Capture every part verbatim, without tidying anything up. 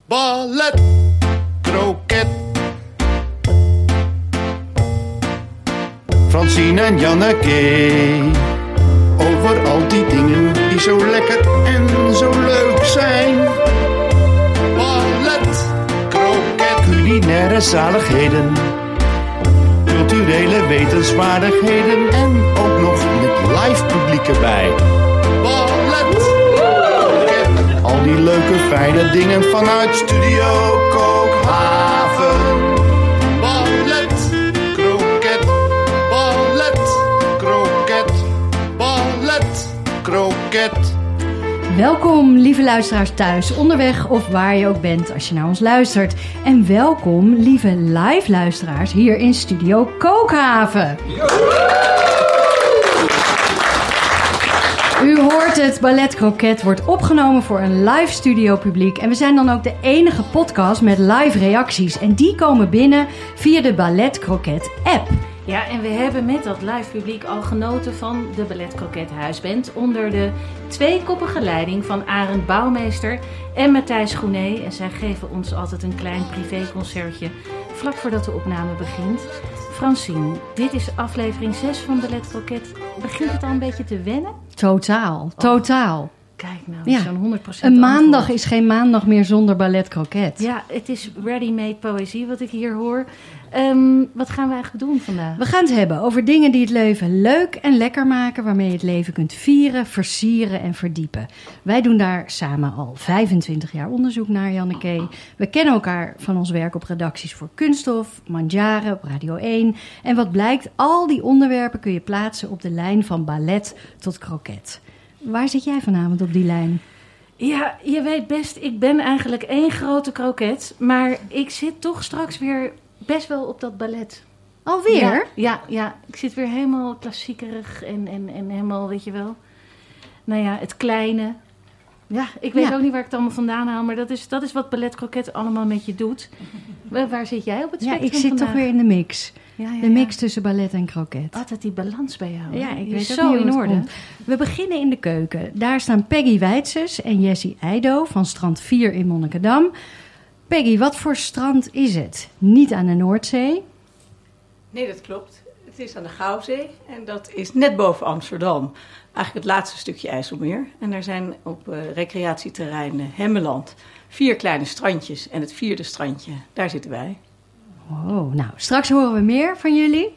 Ballet, kroket. Francine en Janneke, over al die dingen die zo lekker en zo leuk zijn. Ballet, kroket, culinaire zaligheden, culturele wetenswaardigheden en ook nog met live publiek erbij. Ballet, kroket, al die leuke fijne dingen vanuit Studio Kookhaven. Ballet, kroket, ballet, kroket, ballet, kroket. Welkom, lieve luisteraars thuis, onderweg of waar je ook bent als je naar ons luistert. En welkom, lieve live luisteraars hier in Studio Kookhaven. U hoort het, Ballet Kroket wordt opgenomen voor een live studio publiek. En we zijn dan ook de enige podcast met live reacties. En die komen binnen via de Ballet Kroket app. Ja, en we hebben met dat live publiek al genoten van de Ballet Kroket Huisband onder de tweekoppige leiding van Arend Bouwmeester en Matthijs Groenee. En zij geven ons altijd een klein privéconcertje vlak voordat de opname begint. Francine, dit is aflevering zes van Ballet Kroket. Begint het al een beetje te wennen? Totaal, totaal. Oh. Kijk nou, ja. zo'n honderd procent Een maandag antwoord. is geen maandag meer zonder Ballet Kroket. Ja, het is ready-made poëzie wat ik hier hoor. Um, wat gaan we eigenlijk doen vandaag? We gaan het hebben over dingen die het leven leuk en lekker maken, waarmee je het leven kunt vieren, versieren en verdiepen. Wij doen daar samen al vijfentwintig jaar onderzoek naar, Janneke. We kennen elkaar van ons werk op redacties voor Kunststof, Mandjaren, op Radio één. En wat blijkt, al die onderwerpen kun je plaatsen op de lijn van ballet tot kroket. Waar zit jij vanavond op die lijn? Ja, je weet best, ik ben eigenlijk één grote kroket. Maar ik zit toch straks weer best wel op dat ballet. Alweer? Ja, ja, ja. Ik zit weer helemaal klassiekerig en, en, en helemaal, weet je wel. Nou ja, het kleine. Ja, ik weet ja. ook niet waar ik het allemaal vandaan haal. Maar dat is, dat is wat ballet kroket allemaal met je doet. Waar, waar zit jij op het spectrum Ja, ik zit vandaag? toch weer in de mix. Ja, ja, de mix ja. tussen ballet en kroket. Altijd die balans bij jou. Ja, ik je weet is ook zo niet hoe in het orde. komt. We beginnen in de keuken. Daar staan Peggy Wijtsers en Jessie Eido van Strand vier in Monnikendam. Peggy, wat voor strand is het? Niet aan de Noordzee? Nee, dat klopt. Het is aan de Gouwzee en dat is net boven Amsterdam. Eigenlijk het laatste stukje IJsselmeer. En er zijn op uh, recreatieterrein Hemmeland vier kleine strandjes. En het vierde strandje, daar zitten wij. Oh, nou, straks horen we meer van jullie.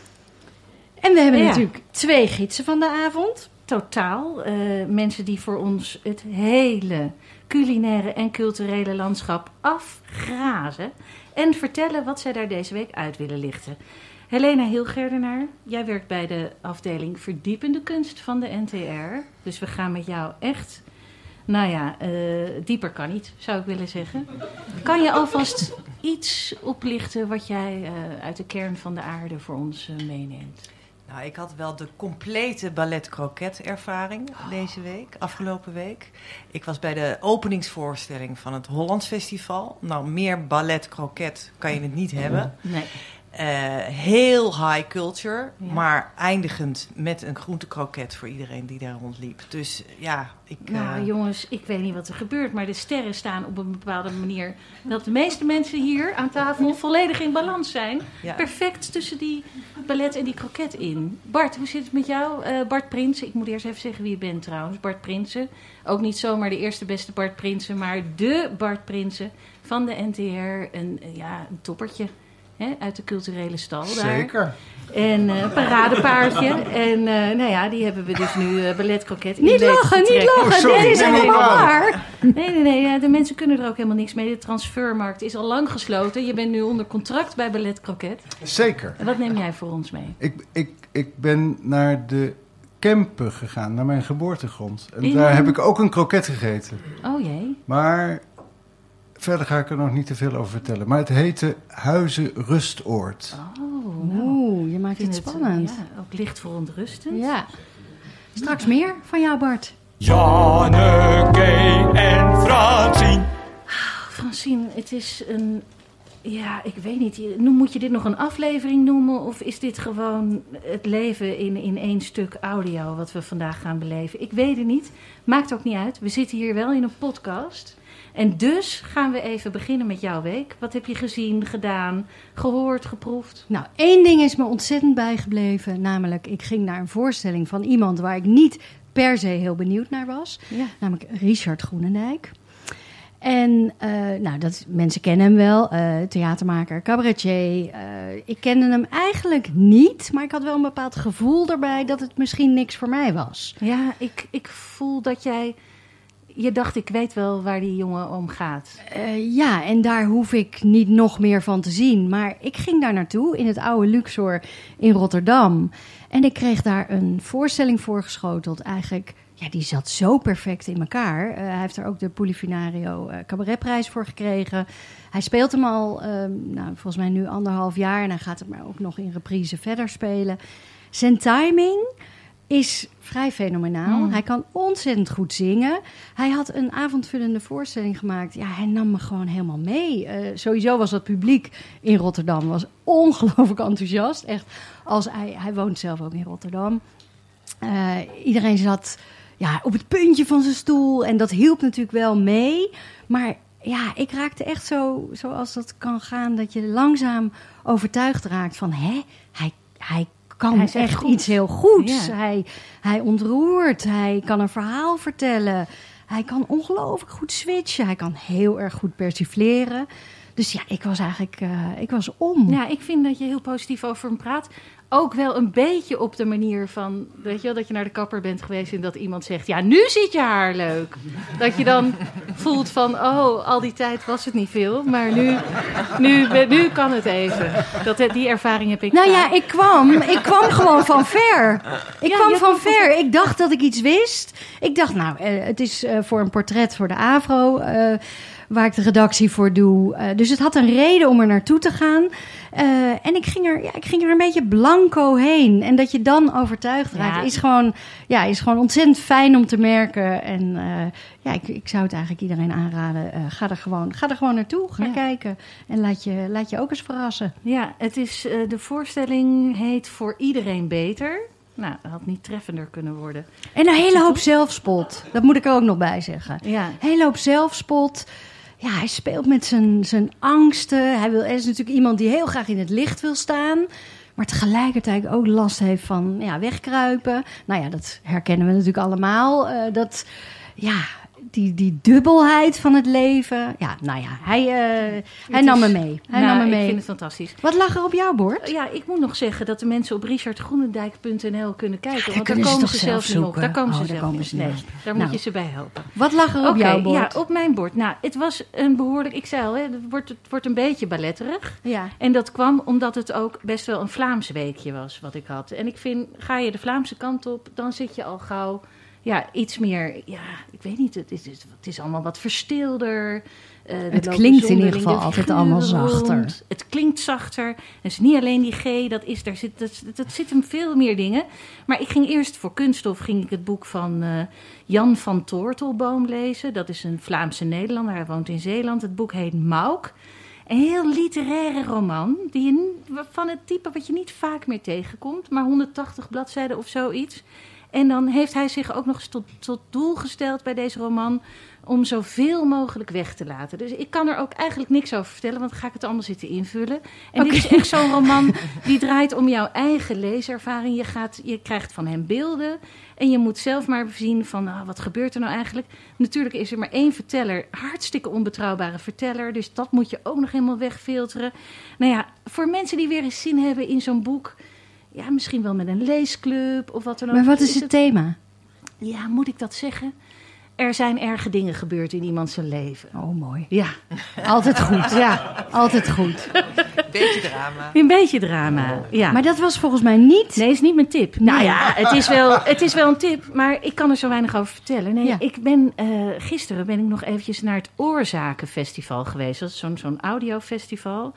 En we hebben ja. natuurlijk twee gidsen van de avond. Totaal. Uh, mensen die voor ons het hele culinaire en culturele landschap afgrazen. En vertellen wat zij daar deze week uit willen lichten. Helena Hilgerdenaar, jij werkt bij de afdeling Verdiepende Kunst van de N T R. Dus we gaan met jou echt, nou ja, uh, dieper kan niet, zou ik willen zeggen. Kan je alvast iets oplichten wat jij uh, uit de kern van de aarde voor ons uh, meeneemt? Nou, ik had wel de complete ballet kroket ervaring deze week, afgelopen week. Ik was bij de openingsvoorstelling van het Hollands Festival. Nou, meer ballet kroket kan je het niet hebben. Nee. Uh, heel high culture, Ja. maar eindigend met een groentekroket voor iedereen die daar rondliep. Dus ja, ik... Uh... Nou jongens, ik weet niet wat er gebeurt, maar de sterren staan op een bepaalde manier dat de meeste mensen hier aan tafel volledig in balans zijn. Ja. Perfect tussen die ballet en die kroket in. Bart, hoe zit het met jou? Uh, Bart Prinsen, ik moet eerst even zeggen wie je bent trouwens. Bart Prinsen, ook niet zomaar de eerste beste Bart Prinsen, maar de Bart Prinsen van de N T R. Een, uh, ja, een toppertje. He, uit de culturele stal daar. Zeker. En een uh, paradepaardje. En uh, nou ja, die hebben we dus nu uh, ballet kroket in Niet weten lachen, te niet trekken. lachen. Sorry, Dit is nee, helemaal nee, waar. Nee, nee, nee. Ja, de mensen kunnen er ook helemaal niks mee. De transfermarkt is al lang gesloten. Je bent nu onder contract bij ballet kroket. Zeker. En wat neem jij voor ons mee? Ik, ik, ik ben naar de Kempen gegaan, naar mijn geboortegrond. En Ja. daar heb ik ook een kroket gegeten. Oh jee. Maar verder ga ik er nog niet te veel over vertellen. Maar het heette Huizen Rustoord. Oh, nou. Oeh, je maakt Ik het vind spannend. Ja, ook licht verontrustend. Ja. Straks meer van jou, Bart. Janneke en Francine. Francine, het is een... Ja, ik weet niet. Moet je dit nog een aflevering noemen? Of is dit gewoon het leven in, in één stuk audio wat we vandaag gaan beleven? Ik weet het niet. Maakt ook niet uit. We zitten hier wel in een podcast. En dus gaan we even beginnen met jouw week. Wat heb je gezien, gedaan, gehoord, geproefd? Nou, één ding is me ontzettend bijgebleven. Namelijk, ik ging naar een voorstelling van iemand waar ik niet per se heel benieuwd naar was. Ja. Namelijk Richard Groenendijk. En uh, nou, dat, mensen kennen hem wel, uh, theatermaker, cabaretier. Uh, ik kende hem eigenlijk niet, maar ik had wel een bepaald gevoel erbij dat het misschien niks voor mij was. Ja, ik, ik voel dat jij... Je dacht, ik weet wel waar die jongen om gaat. Uh, ja, en daar hoef ik niet nog meer van te zien. Maar ik ging daar naartoe in het oude Luxor in Rotterdam. En ik kreeg daar een voorstelling voorgeschoteld. Eigenlijk, ja, die zat zo perfect in elkaar. Uh, hij heeft er ook de Polifinario uh, cabaretprijs voor gekregen. Hij speelt hem al, uh, nou, volgens mij nu anderhalf jaar. En hij gaat hem ook nog in reprise verder spelen. Zijn timing is vrij fenomenaal. Mm. Hij kan ontzettend goed zingen. Hij had een avondvullende voorstelling gemaakt. Ja, hij nam me gewoon helemaal mee. Uh, sowieso was het publiek in Rotterdam was ongelooflijk enthousiast. Echt, als hij, hij woont zelf ook in Rotterdam. Uh, iedereen zat ja, op het puntje van zijn stoel. En dat hielp natuurlijk wel mee. Maar ja, ik raakte echt zo, zoals dat kan gaan, dat je langzaam overtuigd raakt van, hè, hij, hij kan hij echt goed. iets heel goeds. Ja. Hij, hij ontroert, hij kan een verhaal vertellen. Hij kan ongelooflijk goed switchen. Hij kan heel erg goed persifleren. Dus ja, ik was eigenlijk uh, ik was om. Ja, ik vind dat je heel positief over hem praat. Ook wel een beetje op de manier van, weet je wel, dat je naar de kapper bent geweest en dat iemand zegt, ja, nu zit je haar leuk. Dat je dan voelt van, oh, al die tijd was het niet veel, maar nu, nu, nu kan het even. Dat, die ervaring heb ik. Nou vaak. ja, ik kwam, ik kwam gewoon van ver. Ik Ja, kwam je van kwam van ver. Ik dacht dat ik iets wist. Ik dacht, nou, uh, het is uh, voor een portret voor de AVRO, uh, waar ik de redactie voor doe. Uh, dus het had een reden om er naartoe te gaan. Uh, en ik ging, er, ja, ik ging er een beetje blanco heen. En dat je dan overtuigd raakt, Ja. is, gewoon, ja, is gewoon ontzettend fijn om te merken. En uh, ja, ik, ik zou het eigenlijk iedereen aanraden. Uh, ga, er gewoon, ga er gewoon naartoe, ga Ja. kijken. En laat je, laat je ook eens verrassen. Ja, het is, uh, de voorstelling heet Voor Iedereen Beter. Nou, dat had niet treffender kunnen worden. En een hele hoop zelfspot. Dat moet ik er ook nog bij zeggen. Ja. Een hele hoop zelfspot. Ja, hij speelt met zijn, zijn angsten. Hij, wil, hij is natuurlijk iemand die heel graag in het licht wil staan. Maar tegelijkertijd ook last heeft van ja, wegkruipen. Nou ja, dat herkennen we natuurlijk allemaal. Uh, dat, ja, die, die dubbelheid van het leven. Ja, nou ja, hij, uh, hij nam me mee. Hij nou, nam me ik mee. vind het fantastisch. Wat lag er op jouw bord? Ja, ik moet nog zeggen dat de mensen op richard groenendijk punt n l kunnen kijken. daar Want daar kunnen ze komen toch ze zelf zelf niet op. zoeken? Daar komen Oh, ze daar zelf komen niet. ze niet Nee, op. daar Nou. moet je ze bij helpen. Wat lag er op Oké, jouw bord? ja, op mijn bord. Nou, het was een behoorlijk, ik zei al, hè, het, wordt, het wordt een beetje balletterig. Ja. En dat kwam omdat het ook best wel een Vlaams weekje was wat ik had. En ik vind, ga je de Vlaamse kant op, dan zit je al gauw ja, iets meer, ja, ik weet niet, het is, het is allemaal wat verstilder. Uh, Het klinkt in ieder geval altijd allemaal rond. zachter. Het klinkt zachter. Dus niet alleen die G, dat, is, daar zit, dat, dat zit hem veel meer dingen. Maar ik ging eerst voor kunststof ging ik het boek van uh, Jan van Toortelboom lezen. Dat is een Vlaamse Nederlander, hij woont in Zeeland. Het boek heet Mauk. Een heel literaire roman, die je, van het type wat je niet vaak meer tegenkomt. Maar honderdtachtig bladzijden of zoiets. En dan heeft hij zich ook nog eens tot, tot doel gesteld bij deze roman om zoveel mogelijk weg te laten. Dus ik kan er ook eigenlijk niks over vertellen, want dan ga ik het allemaal zitten invullen. En Okay. dit is echt zo'n roman die draait om jouw eigen leeservaring. Je, gaat, je krijgt van hem beelden en je moet zelf maar zien van oh, wat gebeurt er nou eigenlijk. Natuurlijk is er maar één verteller, hartstikke onbetrouwbare verteller, dus dat moet je ook nog helemaal wegfilteren. Nou ja, voor mensen die weer eens zin hebben in zo'n boek, ja, misschien wel met een leesclub of wat dan ook. Maar wat is het thema? Ja, moet ik dat zeggen? Er zijn erge dingen gebeurd in iemands zijn leven. Oh, mooi. Ja. Altijd goed, ja. Altijd goed. Beetje drama. Een beetje drama, ja. Maar dat was volgens mij niet... Nee, is niet mijn tip. Nou ja, het is, wel, het is wel een tip, maar ik kan er zo weinig over vertellen. Nee, Ja. ik ben, uh, gisteren ben ik nog eventjes naar het Oorzakenfestival geweest. Dat is zo'n, zo'n audiofestival.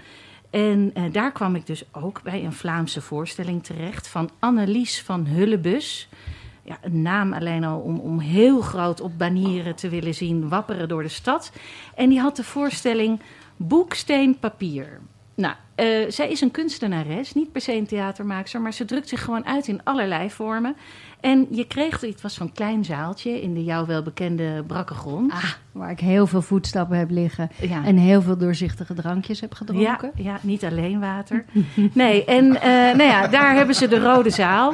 En uh, daar kwam ik dus ook bij een Vlaamse voorstelling terecht van Annelies van Hullebus. Ja, een naam alleen al om, om heel groot op banieren te willen zien wapperen door de stad. En die had de voorstelling Boeksteen Papier. Nou, uh, zij is een kunstenares, niet per se een theatermaakster, maar ze drukt zich gewoon uit in allerlei vormen. En je kreeg, het was zo'n klein zaaltje in de jou wel bekende Brakkegrond. Ah, waar ik heel veel voetstappen heb liggen Ja. en heel veel doorzichtige drankjes heb gedronken. Ja, ja, niet alleen water. Nee, en uh, nou ja, daar hebben ze de Rode Zaal.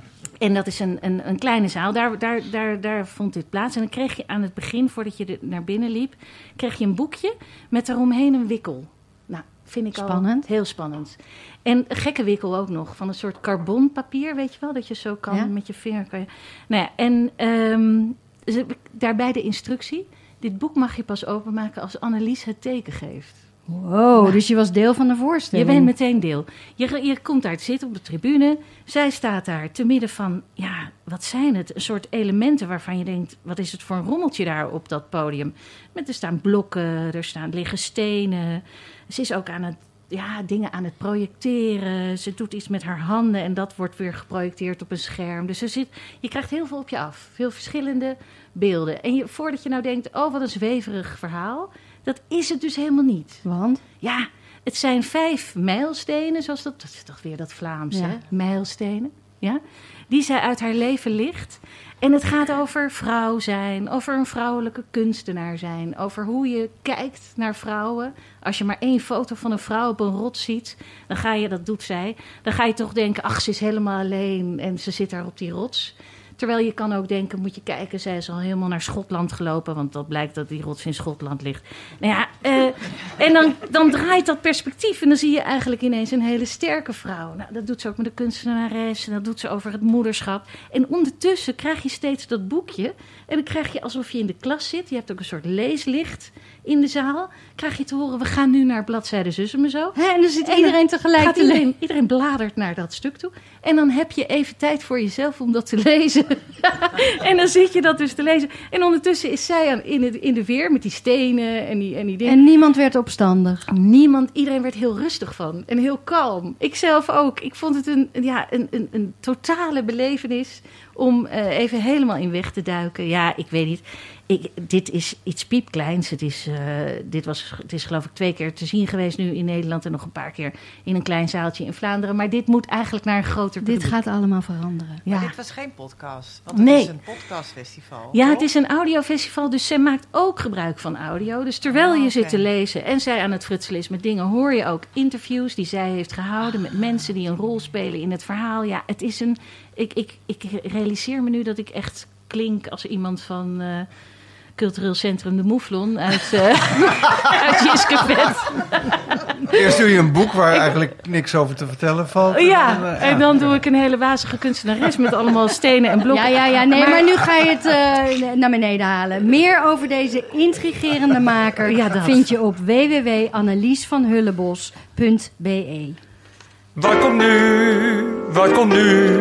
En dat is een, een, een kleine zaal. Daar, daar, daar, daar vond dit plaats. En dan kreeg je aan het begin, voordat je er naar binnen liep, kreeg je een boekje met daaromheen een wikkel. Nou, vind ik Spannend. al heel spannend. En een gekke wikkel ook nog, van een soort carbonpapier, weet je wel, dat je zo kan Ja. met je vinger. Kan je, nou ja, en um, daarbij de instructie. Dit boek mag je pas openmaken als Annelies het teken geeft. Wow, dus je was deel van de voorstelling. Je bent meteen deel. Je, je komt daar te zitten op de tribune. Zij staat daar te midden van, ja, wat zijn het? Een soort elementen waarvan je denkt, wat is het voor een rommeltje daar op dat podium? Met, er staan blokken, er staan liggen stenen. Ze is ook aan het, ja, dingen aan het projecteren. Ze doet iets met haar handen en dat wordt weer geprojecteerd op een scherm. Dus er zit, je krijgt heel veel op je af. Veel verschillende beelden. En je, voordat je nou denkt, oh, wat een zweverig verhaal. Dat is het dus helemaal niet. Want? Ja, het zijn vijf mijlstenen, zoals dat, dat is toch weer dat Vlaams, Ja. hè? Mijlstenen, ja? Die zij uit haar leven licht. En het gaat over vrouw zijn, over een vrouwelijke kunstenaar zijn, over hoe je kijkt naar vrouwen. Als je maar één foto van een vrouw op een rots ziet, dan ga je, dat doet zij, dan ga je toch denken, ach, ze is helemaal alleen en ze zit daar op die rots. Terwijl je kan ook denken, moet je kijken, zij is al helemaal naar Schotland gelopen, want dat blijkt dat die rots in Schotland ligt. Nou ja, uh, en dan, dan draait dat perspectief en dan zie je eigenlijk ineens een hele sterke vrouw. Nou, dat doet ze ook met de kunstenares en dat doet ze over het moederschap. En ondertussen krijg je steeds dat boekje en dan krijg je alsof je in de klas zit. Je hebt ook een soort leeslicht in de zaal. Krijg je te horen, we gaan nu naar bladzijde zus en zo. Hè, en dan zit En iedereen dan tegelijk gaat te lezen. iedereen, iedereen bladert naar dat stuk toe. En dan heb je even tijd voor jezelf om dat te lezen. En dan zit je dat dus te lezen. En ondertussen is zij aan, in, het, in de weer met die stenen en die, en die dingen. En niemand werd opstandig. Niemand, iedereen werd heel rustig van. En heel kalm. Ik zelf ook. Ik vond het een, ja, een, een, een totale belevenis om uh, even helemaal in weg te duiken. Ja, ik weet niet. Ik, dit is iets piepkleins. Het is, uh, dit was, het is geloof ik twee keer te zien geweest nu in Nederland en nog een paar keer in een klein zaaltje in Vlaanderen. Maar dit moet eigenlijk naar een groter publiek. Dit gaat allemaal veranderen. Ja. Maar dit was geen podcast, want het Nee. is een podcastfestival. Ja, toch? het is een audiofestival, dus zij maakt ook gebruik van audio. Dus terwijl Oh, je oké. zit te lezen en zij aan het frutselen is met dingen, hoor je ook interviews die zij heeft gehouden met mensen die een rol spelen in het verhaal. Ja, het is een. Ik, ik, ik realiseer me nu dat ik echt klink als iemand van uh, Cultureel Centrum de Mouflon uit, uh, uit Jiske Vet. Eerst doe je een boek waar eigenlijk niks over te vertellen valt. Ja, dan, uh, en dan doe ik een hele wazige kunstenares met allemaal stenen en blokken. Ja, ja, ja, nee, maar, nu ga je het uh, naar beneden halen. Meer over deze intrigerende maker Ja, dat. vind je op w w w punt annelies van hullebos punt b e. Wat komt nu? Wat komt nu?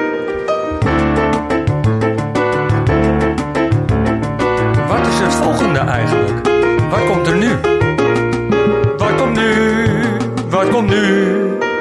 Wat is het volgende eigenlijk? Wat komt er nu? Wat komt nu? Wat komt nu?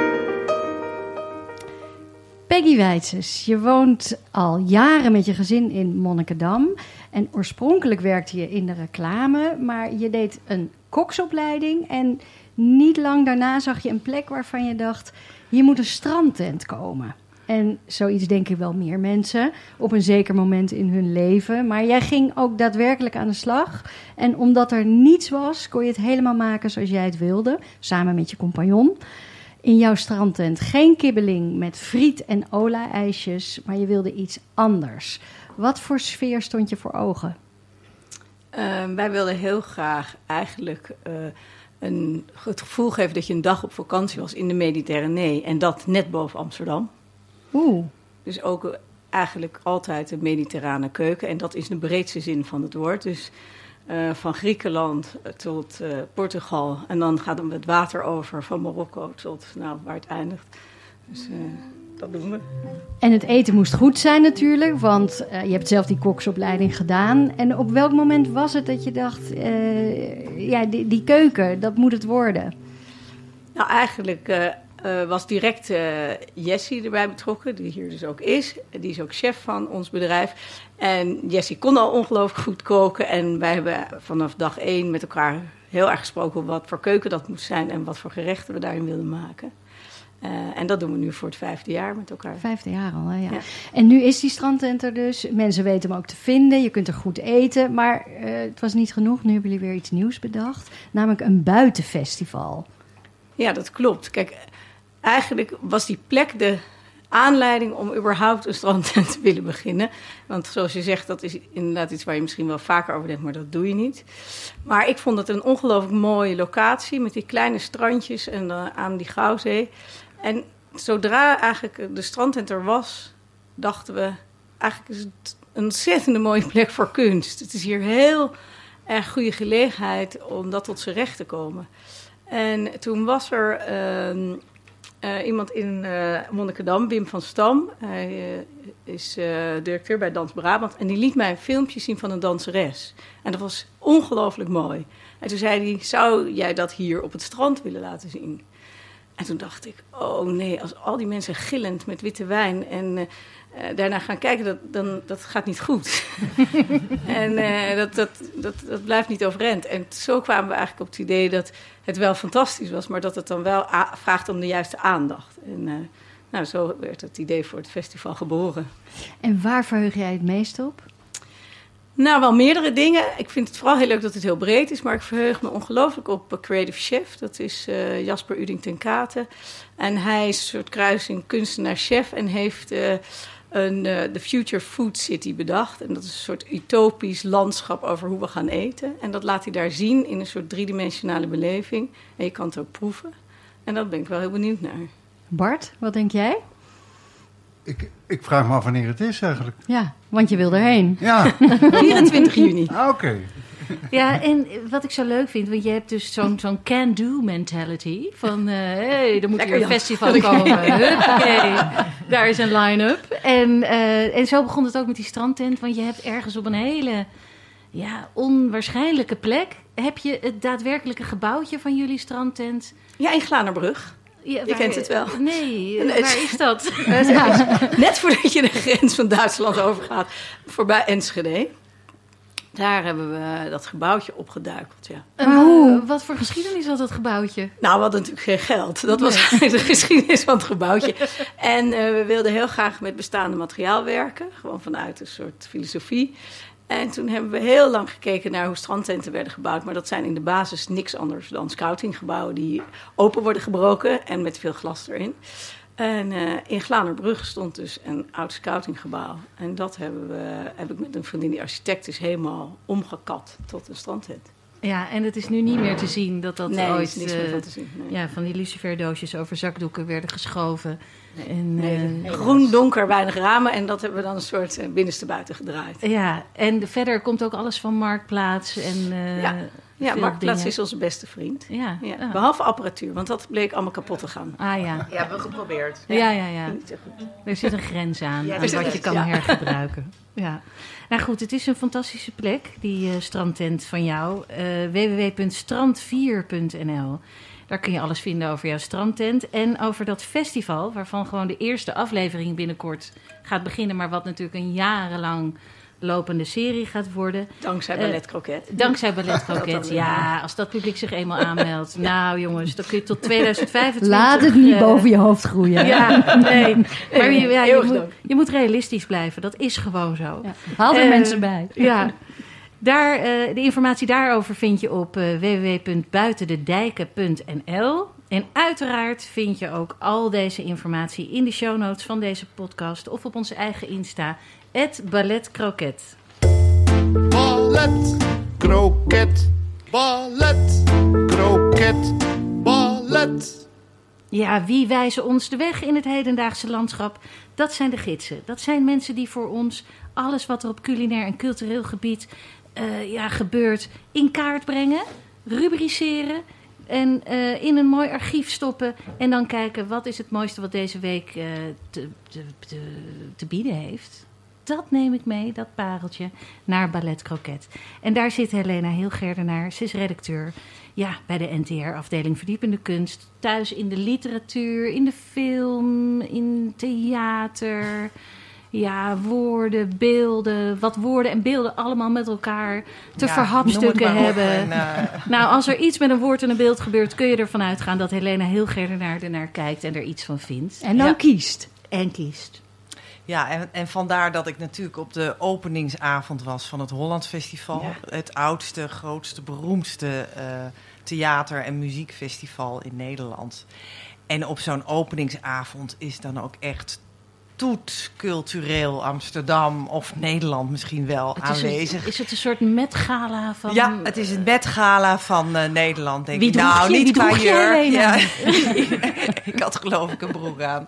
Peggy Wijtsers, je woont al jaren met je gezin in Monnikendam. En oorspronkelijk werkte je in de reclame, maar je deed een koksopleiding. En niet lang daarna zag je een plek waarvan je dacht, hier moet een strandtent komen. En zoiets denken wel meer mensen op een zeker moment in hun leven. Maar jij ging ook daadwerkelijk aan de slag. En omdat er niets was, kon je het helemaal maken zoals jij het wilde. Samen met je compagnon. In jouw strandtent geen kibbeling met friet en ola-ijsjes. Maar je wilde iets anders. Wat voor sfeer stond je voor ogen? Uh, wij wilden heel graag eigenlijk uh, een, het gevoel geven dat je een dag op vakantie was in de Mediterranee. En dat net boven Amsterdam. Oeh. Dus ook uh, eigenlijk altijd de mediterrane keuken. En dat is de breedste zin van het woord. Dus uh, van Griekenland tot uh, Portugal. En dan gaat het water over van Marokko tot nou, waar het eindigt. Dus uh, dat doen we. En het eten moest goed zijn natuurlijk, want uh, je hebt zelf die koksopleiding gedaan. En op welk moment was het dat je dacht, uh, ja, die, die keuken, dat moet het worden? Nou, eigenlijk uh, uh, was direct uh, Jessie erbij betrokken, die hier dus ook is. Die is ook chef van ons bedrijf. En Jessie kon al ongelooflijk goed koken. En wij hebben vanaf dag één met elkaar heel erg gesproken wat voor keuken dat moet zijn en wat voor gerechten we daarin willen maken. Uh, en dat doen we nu voor het vijfde jaar met elkaar. Vijfde jaar al, hè? Ja. Ja. En nu is die strandtent er dus. Mensen weten hem ook te vinden. Je kunt er goed eten. Maar uh, het was niet genoeg. Nu hebben jullie weer iets nieuws bedacht. Namelijk een buitenfestival. Ja, dat klopt. Kijk, eigenlijk was die plek de aanleiding om überhaupt een strandtent te willen beginnen. Want zoals je zegt, dat is inderdaad iets waar je misschien wel vaker over denkt, maar dat doe je niet. Maar ik vond het een ongelooflijk mooie locatie met die kleine strandjes en uh, aan die Gouwzee. En zodra eigenlijk de strandtent er was, dachten we, eigenlijk is het een ontzettende mooie plek voor kunst. Het is hier heel erg goede gelegenheid om dat tot zijn recht te komen. En toen was er uh, uh, iemand in uh, Monnikendam, Wim van Stam. Hij uh, is uh, directeur bij Dans Brabant. En die liet mij een filmpje zien van een danseres. En dat was ongelooflijk mooi. En toen zei hij, zou jij dat hier op het strand willen laten zien? En toen dacht ik, oh nee, als al die mensen gillend met witte wijn en uh, uh, daarna gaan kijken, dat, dan, dat gaat niet goed. en uh, dat, dat, dat, dat blijft niet overeind. En zo kwamen we eigenlijk op het idee dat het wel fantastisch was, maar dat het dan wel a- vraagt om de juiste aandacht. En uh, nou, zo werd het idee voor het festival geboren. En waar verheug jij het meest op? Nou, wel meerdere dingen. Ik vind het vooral heel leuk dat het heel breed is, maar ik verheug me ongelooflijk op Creative Chef. Dat is uh, Jasper Uding ten Katen. En hij is een soort kruising kunstenaar-chef en heeft uh, een, uh, de Future Food City bedacht. En dat is een soort utopisch landschap over hoe we gaan eten. En dat laat hij daar zien in een soort driedimensionale beleving. En je kan het ook proeven. En daar ben ik wel heel benieuwd naar. Bart, wat denk jij? Ik, ik vraag me af wanneer het is eigenlijk. Ja, want je wil erheen. Ja, vierentwintig juni. ah, oké. Okay. Ja, en wat ik zo leuk vind, want je hebt dus zo'n, zo'n can-do mentality. Van, hé, uh, hey, er moet Lekker, weer een Jan. festival komen. Huppakee, daar is een line-up. En, uh, en zo begon het ook met die strandtent. Want je hebt ergens op een hele ja, onwaarschijnlijke plek... heb je het daadwerkelijke gebouwtje van jullie strandtent. Ja, in Glanerbrug. Ja, Je kent het wel. Nee, Nee, waar is dat? Net voordat je de grens van Duitsland overgaat, voorbij Enschede. Daar hebben we dat gebouwtje opgeduikeld, ja. Uh, wat voor geschiedenis had dat gebouwtje? Nou, we hadden natuurlijk geen geld. Dat was nee. de geschiedenis van het gebouwtje. En uh, we wilden heel graag met bestaande materiaal werken. Gewoon vanuit een soort filosofie. En toen hebben we heel lang gekeken naar hoe strandtenten werden gebouwd. Maar dat zijn in de basis niks anders dan scoutinggebouwen die open worden gebroken en met veel glas erin. En uh, in Glanerbrug stond dus een oud scoutinggebouw. En dat hebben we, heb ik met een vriendin die architect is helemaal omgekat tot een strandtent. Ja, en het is nu niet meer te zien dat dat nee, ooit... is niks meer van te zien. Nee. Ja, van die luciferdoosjes over zakdoeken werden geschoven. Nee, en, nee, uh, groen, donker, weinig ramen. En dat hebben we dan een soort uh, binnenste buiten gedraaid. Ja, en verder komt ook alles van Marktplaats. En, uh, ja, ja Marktplaats dingen. is onze beste vriend. Ja. Ja, Ah. Behalve apparatuur, want dat bleek allemaal kapot te gaan. Ah ja. Ja, hebben we geprobeerd. Ja, ja, ja. Niet zo goed. Er zit een grens aan, Ja, aan er zit wat een je kan grens, ja. hergebruiken. Ja. Nou goed, het is een fantastische plek, die uh, strandtent van jou. Uh, w w w punt strand vier punt n l. Daar kun je alles vinden over jouw strandtent. En over dat festival, waarvan gewoon de eerste aflevering binnenkort gaat beginnen. Maar wat natuurlijk een jarenlang lopende serie gaat worden. Dankzij Uh, Ballet Croquet. Dankzij Ballet Croquet, ja. Als dat publiek zich eenmaal aanmeldt. Nou jongens, dan kun je tot tweeduizend vijfentwintig... Laat het niet uh, boven je hoofd groeien. Ja, nee. Maar je, ja, je, Eeuwig moet, dank. je moet realistisch blijven. Dat is gewoon zo. Ja. Haal er Uh, mensen bij. Ja. Daar, uh, de informatie daarover vind je op uh, w w w punt buitendedijken punt n l. En uiteraard vind je ook al deze informatie in de show notes van deze podcast of op onze eigen Insta, at Ballet Croquet. Ballet, kroket, ballet, kroket, ballet. Ja, wie wijzen ons de weg in het hedendaagse landschap? Dat zijn de gidsen. Dat zijn mensen die voor ons alles wat er op culinair en cultureel gebied uh, ja, gebeurt in kaart brengen, rubriceren en uh, in een mooi archief stoppen. En dan kijken wat is het mooiste wat deze week uh, te, te, te, te bieden heeft. Dat neem ik mee, dat pareltje, naar Ballet Croquet. En daar zit Helena Hilgerdenaar. Ze is redacteur ja, bij de N T R-afdeling Verdiepende Kunst. Thuis in de literatuur, in de film, in theater. Ja, woorden, beelden, wat woorden en beelden allemaal met elkaar te Ja, verhapstukken noem het maar op. hebben. En, uh, Nou, als er iets met een woord en een beeld gebeurt, kun je ervan uitgaan dat Helena heel gerne naar, ernaar kijkt en er iets van vindt. En dan Ja. kiest. En kiest. Ja, en, en vandaar dat ik natuurlijk op de openingsavond was van het Hollands Festival. Ja. Het oudste, grootste, beroemdste uh, theater- en muziekfestival in Nederland. En op zo'n openingsavond is dan ook echt toet cultureel Amsterdam of Nederland misschien wel Het is, aanwezig. een, is het een soort Met-gala van... Ja, het is het Met-gala van uh, Nederland, denk Wie ik. droeg Nou, je? niet Wie qua droeg je, jurk. Helena? Ja. Ik had geloof ik een broek aan.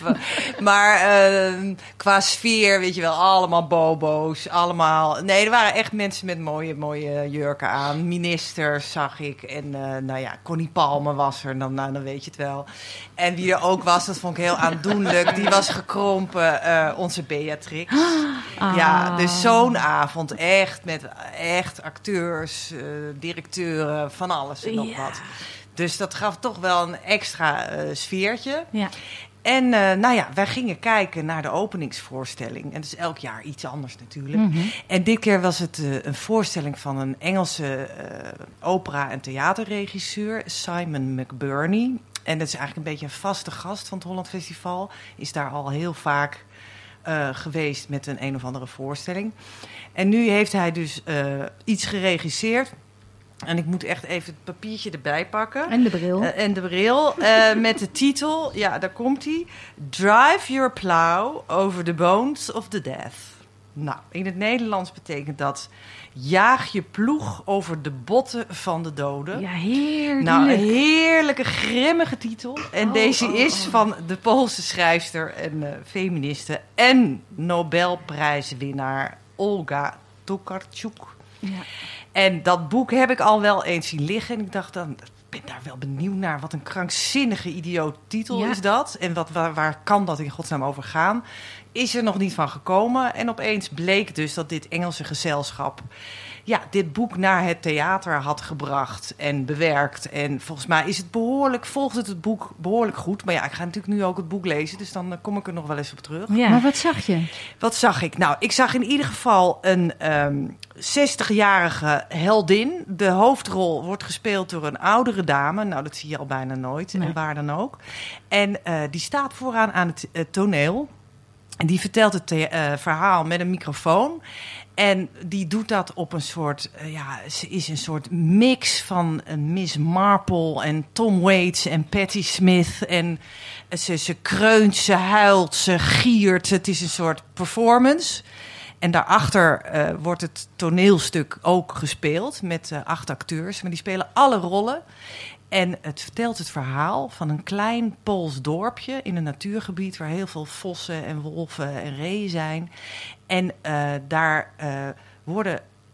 Maar uh, qua sfeer, weet je wel, allemaal bobo's, allemaal... Nee, er waren echt mensen met mooie, mooie jurken aan. Ministers zag ik. En uh, nou ja, Connie Palme was er, dan, nou, dan weet je het wel. En wie er ook was, dat vond ik heel aandoenlijk. Die was gekrompen, uh, onze Beatrix. Ah. Ja, dus zo'n avond echt met echt acteurs, uh, directeuren, van alles en nog Ja. wat. Dus dat gaf toch wel een extra uh, sfeertje. Ja. En uh, nou ja, wij gingen kijken naar de openingsvoorstelling. En dat is elk jaar iets anders natuurlijk. Mm-hmm. En dit keer was het uh, een voorstelling van een Engelse uh, opera- en theaterregisseur, Simon McBurney. En dat is eigenlijk een beetje een vaste gast van het Holland Festival. Is daar al heel vaak uh, geweest met een een of andere voorstelling. En nu heeft hij dus uh, iets geregisseerd. En ik moet echt even het papiertje erbij pakken. En de bril. Uh, en de bril. Uh, met de titel, ja, daar komt hij. Drive your plow over the bones of the death. Nou, in het Nederlands betekent dat... Jaag je ploeg over de botten van de doden. Ja, heerlijk. Nou, een heerlijke, grimmige titel. En Oh, deze oh, is oh. van de Poolse schrijfster en uh, feministe... en Nobelprijswinnaar Olga Tokarczuk. Ja. En dat boek heb ik al wel eens zien liggen. En ik dacht dan, ik ben daar wel benieuwd naar. Wat een krankzinnige, idioot titel Ja. is dat. En wat, waar, waar kan dat in godsnaam over gaan? Is er nog niet van gekomen. En opeens bleek dus dat dit Engelse gezelschap... ja, dit boek naar het theater had gebracht en bewerkt. En volgens mij is het behoorlijk, volgt het het boek behoorlijk goed. Maar ja, ik ga natuurlijk nu ook het boek lezen. Dus dan uh, kom ik er nog wel eens op terug. Ja. Maar wat zag je? Wat zag ik? Nou, ik zag in ieder geval een um, zestigjarige heldin. De hoofdrol wordt gespeeld door een oudere dame. Nou, dat zie je al bijna nooit. Nee. En waar dan ook. En uh, die staat vooraan aan het uh, toneel. En die vertelt het the- uh, verhaal met een microfoon. En die doet dat op een soort... Uh, ja, ze is een soort mix van uh, Miss Marple en Tom Waits en Patti Smith. En uh, ze, ze kreunt, ze huilt, ze giert. Het is een soort performance. En daarachter uh, wordt het toneelstuk ook gespeeld met uh, acht acteurs. Maar die spelen alle rollen. En het vertelt het verhaal van een klein Pools dorpje in een natuurgebied... waar heel veel vossen en wolven en reeën zijn. En uh, daar uh, worden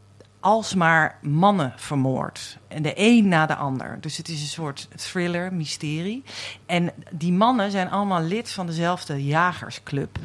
alsmaar mannen vermoord. En de een na de ander. Dus het is een soort thriller, mysterie. En die mannen zijn allemaal lid van dezelfde jagersclub.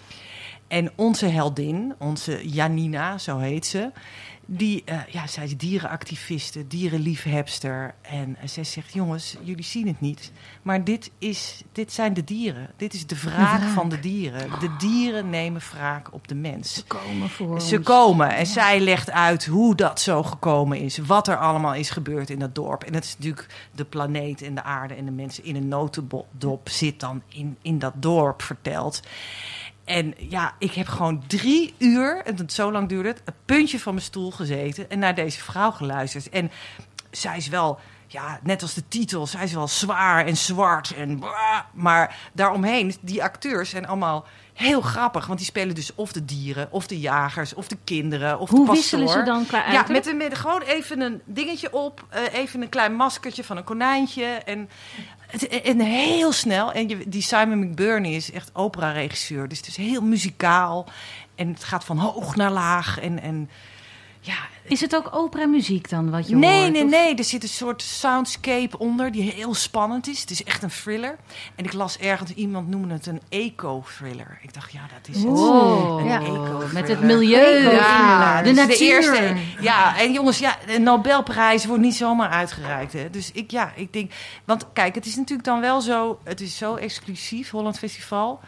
En onze heldin, onze Janina, zo heet ze... Die, uh, ja, zij is dierenactiviste, dierenliefhebster. En uh, zij zegt, jongens, jullie zien het niet. Maar dit, is, dit zijn de dieren. Dit is de wraak, De wraak. van de dieren. De dieren nemen wraak op de mens. Ze komen voor Ze ons. komen en zij legt uit hoe dat zo gekomen is. Wat er allemaal is gebeurd in dat dorp. En dat is natuurlijk de planeet en de aarde en de mensen in een notendop zit dan in, in dat dorp verteld. En ja, ik heb gewoon drie uur, en het zo lang duurde het, een puntje van mijn stoel gezeten en naar deze vrouw geluisterd. En zij is wel, ja, net als de titel, zij is wel zwaar en zwart en blah, maar daaromheen, die acteurs zijn allemaal heel grappig, want die spelen dus of de dieren, of de jagers, of de kinderen, of Hoe de pastoor. wisselen ze dan qua Ja, uiterlijk? met, een- met gewoon even een dingetje op, uh, even een klein maskertje van een konijntje en... Het, en heel snel. En je, die Simon McBurney is echt opera-regisseur. Dus het is heel muzikaal. En het gaat van hoog naar laag. En, en ja... Is het ook opera-muziek dan wat je Nee, hoort? nee, Of- nee. Er zit een soort soundscape onder die heel spannend is. Het is echt een thriller. En ik las ergens, iemand noemde het een eco-thriller. Ik dacht, ja, dat is het. Oh, Een ja. eco-thriller. Met het milieu. Ja, de dus natuur. eerste. Ja, en jongens, ja, de Nobelprijs wordt niet zomaar uitgereikt. Hè. Dus ik, ja, ik denk... Want kijk, het is natuurlijk dan wel zo... Het is zo exclusief, Holland Festival.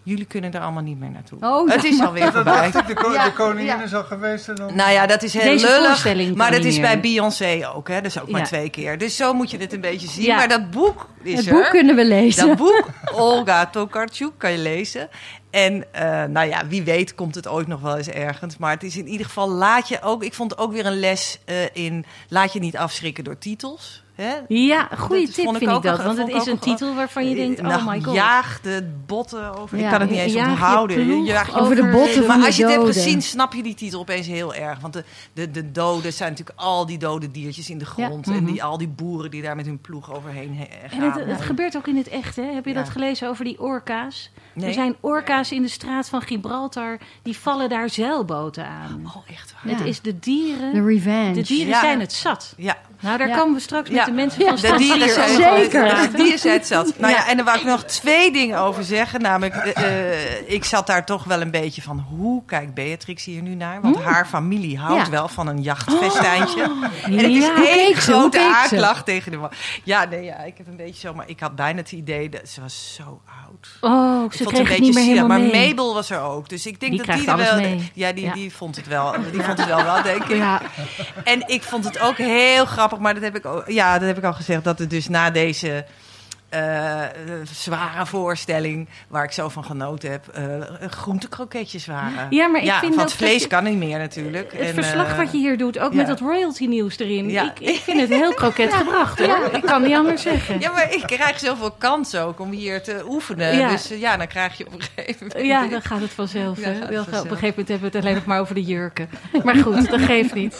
jullie kunnen er allemaal niet meer naartoe. Oh, het is jammer. alweer Dat voorbij. dacht ik, de, ko- Ja, de koningin ja. is al geweest. En dan... Nou ja, dat is heel Deze lullig. voorstelling Maar kan dat niet is meer. bij Beyoncé ook, hè? Dat is ook maar Ja. twee keer. Dus zo moet je dit een beetje zien. Ja. Maar dat boek is Het er. boek kunnen we lezen. Dat boek, Olga Tokarczuk, kan je lezen. En uh, nou ja, wie weet komt het ooit nog wel eens ergens. Maar het is in ieder geval, laat je ook... Ik vond ook weer een les uh, in... Laat je niet afschrikken door titels. Hè? Ja, een goede Dat tip vond ik vind ik ook dat. een- Want vond het ik is ook een een- titel waarvan je denkt, Nou, oh my god. jaag de botten over... Ja, ik kan het niet eens jaag je onthouden. ploeg Jaag je- Over de botten van Maar de als je het hebt doden. gezien, snap je die titel opeens heel erg. Want de, de, de doden zijn natuurlijk al die dode diertjes in de grond. Ja. En Mhm. die, al die boeren die daar met hun ploeg overheen he- gaan. En het, het gebeurt ook in het echt, hè? Heb je Ja. dat gelezen over die orka's? Nee. Er zijn orka's in de straat van Gibraltar, die vallen daar zeilboten aan. Oh, echt waar? Ja. Het is de dieren. De revenge. De dieren Ja. zijn het zat. Ja, Nou, daar Ja. komen we straks met Ja. de mensen Ja. van de Stad dieren Stier zijn over. Zeker. De dieren zijn het zat. Nou ja, Ja. en daar wou ik nog twee dingen over zeggen. Namelijk, uh, ik zat daar toch wel een beetje van... hoe kijkt Beatrix hier nu naar? Want haar familie houdt Ja. wel van een jachtfestijntje. En het is Ja. Hoe één keek ze? Hoe grote keek ze? aanklacht tegen de man. Ja, nee, ja, ik heb een beetje zo... Maar ik had bijna het idee dat ze was zo oud. Oh, Ik ze vond kreeg het het niet meer zielig, helemaal maar mee. Mabel was er ook. Dus ik denk Die dat krijgt die er alles wel... mee. Ja, die, Ja. die vond het wel. Die vond het wel wel, denk ik. Ja. En ik vond het ook heel grappig, maar dat heb ik, ook, ja, dat heb ik al gezegd, dat het dus na deze uh, zware voorstelling, waar ik zo van genoten heb, uh, groentekroketjes waren. Ja, maar ik ja, vind van ook het vlees dat je- kan niet meer natuurlijk. Het En, verslag uh, wat je hier doet, ook ja. met dat royalty nieuws erin. Ja. Ik, ik vind het heel kroket gebracht, hoor. Ik kan niet anders zeggen. Ja, maar ik krijg zoveel kans ook om hier te oefenen. Ja. Dus uh, ja, dan krijg je op een gegeven moment... Ja, dan gaat het vanzelf. Ja, hè. gaat het Wel, Op een vanzelf. gegeven moment hebben we het alleen nog maar over de jurken. Maar goed, dat geeft niet.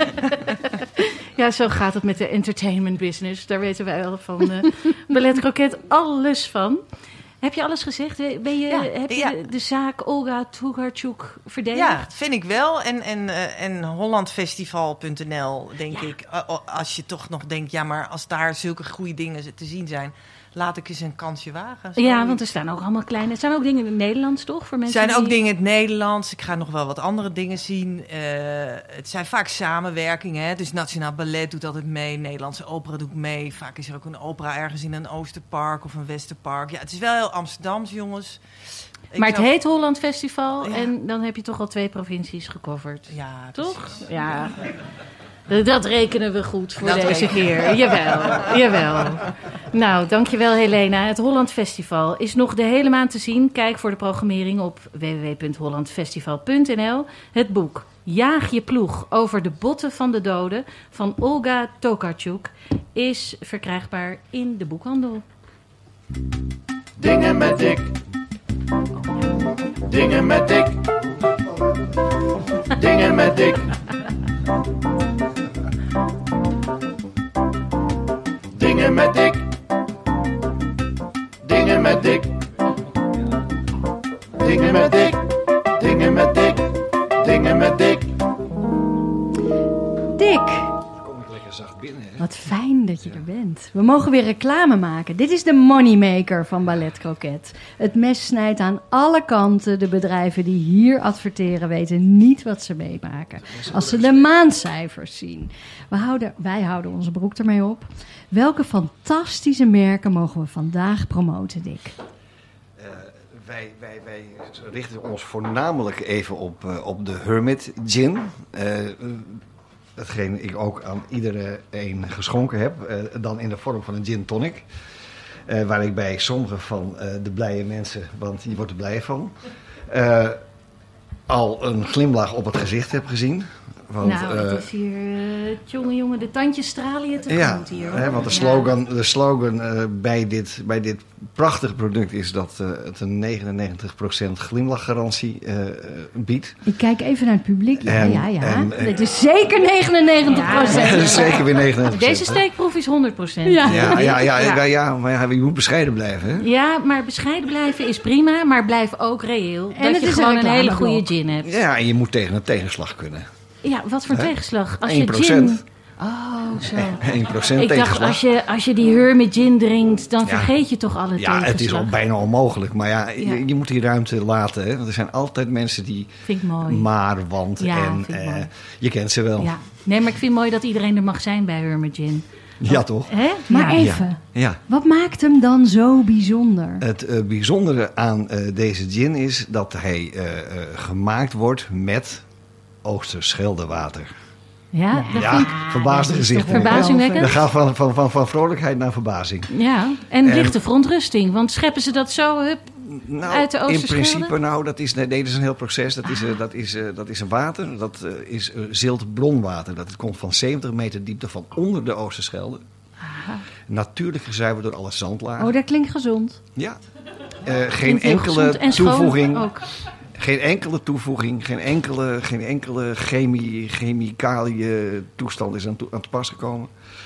Ja, zo gaat het met de entertainment business. Daar weten wij wel van uh, Ballet Croquet alles van. Heb je alles gezegd? Ben je, Ja, heb je ja. de, de zaak Olga Tokarczuk verdedigd? Ja, vind ik wel. En, en, uh, en hollandfestival punt n l, denk Ja. ik. Uh, als je toch nog denkt, ja, maar als daar zulke goede dingen te zien zijn, laat ik eens een kansje wagen. Zo. Ja, want er staan ook allemaal kleine... Het zijn ook dingen in het Nederlands, toch? Voor Er mensen zijn ook die... dingen in het Nederlands. Ik ga nog wel wat andere dingen zien. Uh, het zijn vaak samenwerkingen. Hè? Dus Nationaal Ballet doet altijd mee. Nederlandse opera doet mee. Vaak is er ook een opera ergens in een Oosterpark of een Westerpark. Ja, het is wel heel Amsterdams, jongens. Ik Maar het zou- heet Holland Festival Ja. en dan heb je toch al twee provincies gecoverd. Ja, Toch? precies. Ja. Dat rekenen we goed voor Dat deze rekenen keer. Jawel, jawel. Nou, dankjewel Helena. Het Holland Festival is nog de hele maand te zien. Kijk voor de programmering op w w w punt holland festival punt n l. Het boek Jaag je ploeg over de botten van de doden van Olga Tokarczuk is verkrijgbaar in de boekhandel. Dingen met dik. Dingen met dik. Dingen met dik. Dingen met dik. Dingen met dik. Dingen met dik. Dingen met dik. Dingen met dik. Dick, Kom ik lekker zacht binnen, hè? wat fijn dat je er bent. We mogen weer reclame maken. Dit is de moneymaker van Ballet Croquet. Het mes snijdt aan alle kanten. De bedrijven die hier adverteren weten niet wat ze meemaken als ze de maandcijfers zien. We houden, wij houden onze broek ermee op. Welke fantastische merken mogen we vandaag promoten, Dick? Uh, wij, wij, wij richten ons voornamelijk even op, uh, op de Hermit Gin. Uh, Hetgeen ik ook aan iedereen geschonken heb. Uh, dan in de vorm van een gin tonic. Uh, waar ik bij sommige van uh, de blije mensen, want je wordt er blij van, uh, al een glimlach op het gezicht heb gezien. Want, nou, het uh, is hier, uh, jongen, jongen, de tandjes stralen je tegemoet ja, hier. Hoor. hè, want de Ja. slogan, de slogan uh, bij, dit, bij dit prachtige product is dat uh, het een negenennegentig procent glimlachgarantie uh, biedt. Ik kijk even naar het publiek. Ja, En- ja, ja. en- Dit is zeker negenennegentig procent. Zeker weer negenennegentig procent. Deze steekproef is honderd procent. Ja. Ja, ja, ja, Ja. ja, ja, maar ja, je moet bescheiden blijven. Hè? Ja, maar bescheiden blijven is prima, maar blijf ook reëel. En dat het je is gewoon een een hele reclameblok. goede gin hebt. Ja, en je moet tegen een tegenslag kunnen. Ja, wat voor Hè? tegenslag? Als één je procent. gin... Oh, zo. één procent Ik dacht, tegenslag. als je, als je die Hermit gin drinkt, dan Ja. vergeet je toch alle Ja, tegenslag. het is al bijna onmogelijk. Maar ja, Ja. Je, je moet die ruimte laten. Hè? Want er zijn altijd mensen die Vind ik mooi. maar, want Ja, en vind ik eh, mooi. je kent ze wel. Ja. Nee, maar ik vind het mooi dat iedereen er mag zijn bij Hermit gin. Ja, toch? Hè? Maar Ja. even, Ja. wat maakt hem dan zo bijzonder? Het uh, bijzondere aan uh, deze gin is dat hij uh, uh, gemaakt wordt met Oosterscheldewater. Ja, dat Ja, vind ik verbaasde gezichten. verbazingwekkend. Dat gaat van, van, van, van vrolijkheid naar verbazing. Ja, en En- lichte verontrusting. Want scheppen ze dat zo hup, Nou, uit de in Oosterschelde? principe, nou, dat is, nee, dat is een heel proces. Dat is, uh, dat is, uh, dat is een water, dat uh, is uh, ziltbronwater. Dat komt van zeventig meter diepte van onder de Oosterschelde. Natuurlijk gezuiverd door alle zandlagen. Oh, dat klinkt gezond. Ja. Uh, geen Klinkt heel enkele gezond en schoon toevoeging. ook. Geen enkele toevoeging, geen enkele, geen enkele chemie, chemicaliën toestand is aan, toe, aan te pas gekomen.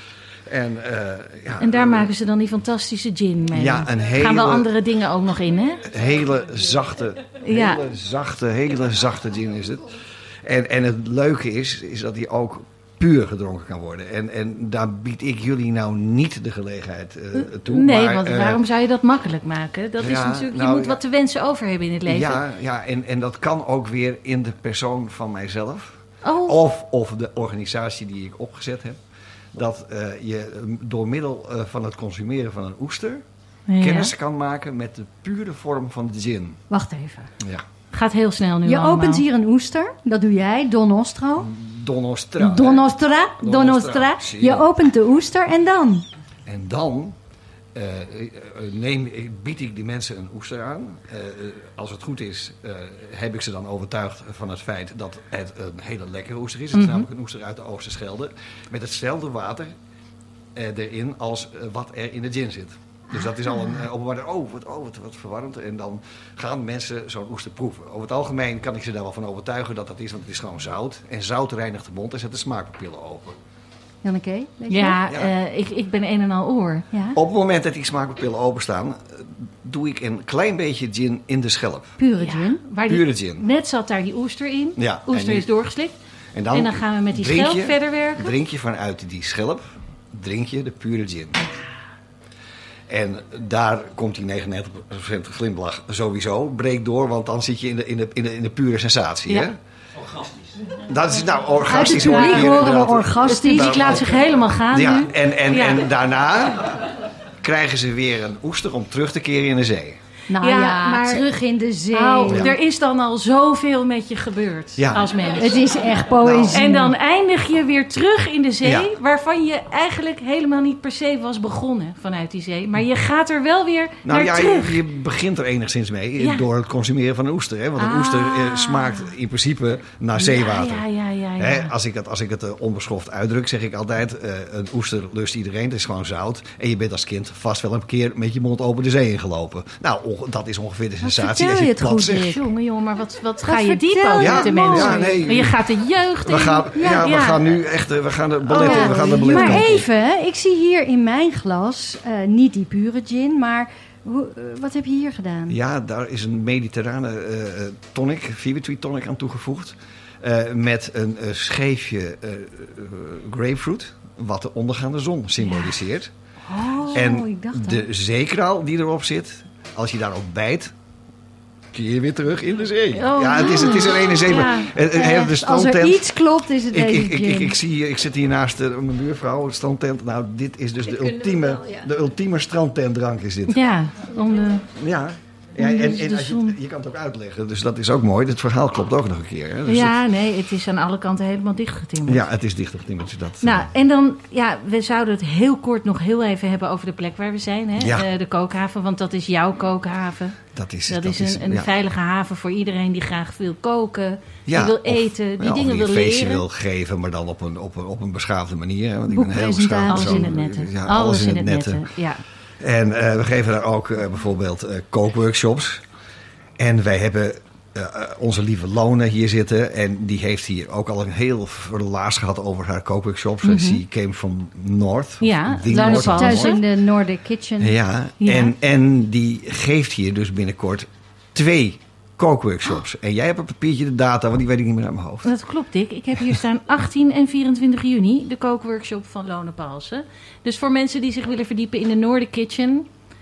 En, uh, ja, En daar uh, maken ze dan die fantastische gin mee. Ja, een Er gaan wel hele- andere dingen ook nog in, hè? hele zachte, Ja. hele zachte, hele zachte gin is het. En, en het leuke is, is dat die ook puur gedronken kan worden. En, en daar bied ik jullie nou niet de gelegenheid uh, toe. Nee, maar, want uh, waarom zou je dat makkelijk maken? Dat is ja, natuurlijk, je nou, moet ja. wat te wensen over hebben in het leven. Ja, ja en, en dat kan ook weer in de persoon van mijzelf. Oh, Of, of de organisatie die ik opgezet heb. Dat uh, je um, door middel uh, van het consumeren van een oester ja. kennis kan maken met de pure vorm van de gin. Wacht even. Ja. Gaat heel snel nu Je allemaal. opent hier een oester. Dat doe jij, Don Nostro. Don Nostra. Don Nostra. Don Don Nostra, Nostra. zie Je je. opent de oester en dan? En dan uh, neem, bied ik die mensen een oester aan. Uh, als het goed is, uh, heb ik ze dan overtuigd van het feit dat het een hele lekkere oester is. Het is Mhm. namelijk een oester uit de Oosterschelde. Met hetzelfde water uh, erin als uh, wat er in de gin zit. Dus dat is al een uh, openbaar. Oh, wat, oh wat, wat verwarrend. En dan gaan mensen zo'n oester proeven. Over het algemeen kan ik ze daar wel van overtuigen dat dat is, want het is gewoon zout. En zout reinigt de mond en zet de smaakpapillen open. Janneke, weet je? Ja, Ja. eh, ik, ik ben een en al oor. Ja. Op het moment dat die smaakpapillen openstaan, uh, doe ik een klein beetje gin in de schelp. Pure Ja, gin. waar die, Pure gin. Net zat daar die oester in. Ja, Oester en die- is doorgeslikt. En dan, En dan gaan we met die drink schelp je- verder werken. Drink je vanuit die schelp, drink je de pure gin. En daar komt die negenennegentig procent glimlach sowieso. Breek door, want dan zit je in de, in de, in de, in de pure sensatie. Ja. Hè? Dat is nou Uit het orgastisch. hoor ik publiek hier horen we inderdaad. Het orgastisch. publiek laat zich helemaal gaan Ja, nu. en, en, Ja. en daarna krijgen ze weer een oester om terug te keren in de zee. Nou Ja, ja, maar- terug in de zee. Nou, Ja. er is dan al zoveel met je gebeurd Ja. als mens. Het is echt poëzie. En dan eindig je weer terug in de zee, Ja. waarvan je eigenlijk helemaal niet per se was begonnen vanuit die zee. Maar je gaat er wel weer Nou naar ja, terug. je, je begint er enigszins mee Ja. door het consumeren van een oester. Hè? Want een Ah. oester eh, smaakt in principe naar zeewater. Ja, ja, ja, ja, Hè, ja. als ik het, als ik het eh, onbeschoft uitdruk, zeg ik altijd: eh, een oester lust iedereen, het is gewoon zout. En je bent als kind vast wel een keer met je mond open de zee ingelopen. Nou, onge- dat is ongeveer de sensatie vertel als je je het plat goed, zegt. Dick? Jongen, jongen, maar wat, wat ga Wat je diep vertel over je met de mooi. mensen? Ja, nee. Maar je gaat de jeugd We in. gaan, ja, we ja. gaan nu echt, eh, we gaan de ballet, Oh, we gaan de ballet Maar kant op. even, hè, ik zie hier in mijn glas eh, niet die pure gin, maar hoe, eh, wat heb je hier gedaan? Ja, daar is een mediterrane eh, tonic, Fever-Tree tonic aan toegevoegd. Eh, met een eh, scheefje eh, eh, grapefruit, wat de ondergaande zon symboliseert. Oh, en ik dacht de dat. zeekraal die erop zit, als je daarop bijt, keer je weer terug in de zee. Oh, ja, het is, het is een ene zee. Ja. Maar het- het hele de Echt, als er strandtent- iets klopt, is het Ik, deze ik, ik, gin. ik, ik, zie, ik zit hier naast eh, mijn buurvrouw, het strandtent. Nou, dit is dus de ultieme, de ultieme strandtentdrank is dit. Ja, om de... Ja. Ja, Dus en, de en als je, zon. het- je kan het ook uitleggen, dus dat is ook mooi. Het verhaal klopt ook nog een keer. Hè? Dus Ja, nee, het is aan alle kanten helemaal dichtgetimmerd. het- ja, het is dichter getimmerd. Dus dat, Nou, en dan, ja, we zouden het heel kort nog heel even hebben over de plek waar we zijn. Hè? Ja. Eh, de kookhaven, want dat is jouw kookhaven. dat is, Dat, is een, een ja. veilige haven voor iedereen die graag wil koken, Ja, die wil of- eten, die ja, of dingen die wil een feestje leren. wil geven, maar dan op een, op een, op een beschaafde manier. Hè? Want ik ben heel Boekpresentatie. beschaafd. Alles in zo- het nette. Ja, alles, in het nette. Ja. En eh, we geven daar ook eh, bijvoorbeeld eh, kookworkshops. En wij hebben eh, onze lieve Lone hier zitten. En die heeft hier ook al een heel verlaas gehad over haar kookworkshops. Mhm. She came from North. Ja, The Lone North Paul. of Thuis North. in de Nordic Kitchen. Ja, Ja. En, en die geeft hier dus binnenkort twee kookworkshops. En jij hebt een papiertje de data, want die weet ik niet meer uit mijn hoofd. Dat klopt, Dick. Ik heb hier staan achttien en vierentwintig juni, de kookworkshop van Lone Paulsen. Dus voor mensen die zich willen verdiepen in de Noorder Kitchen.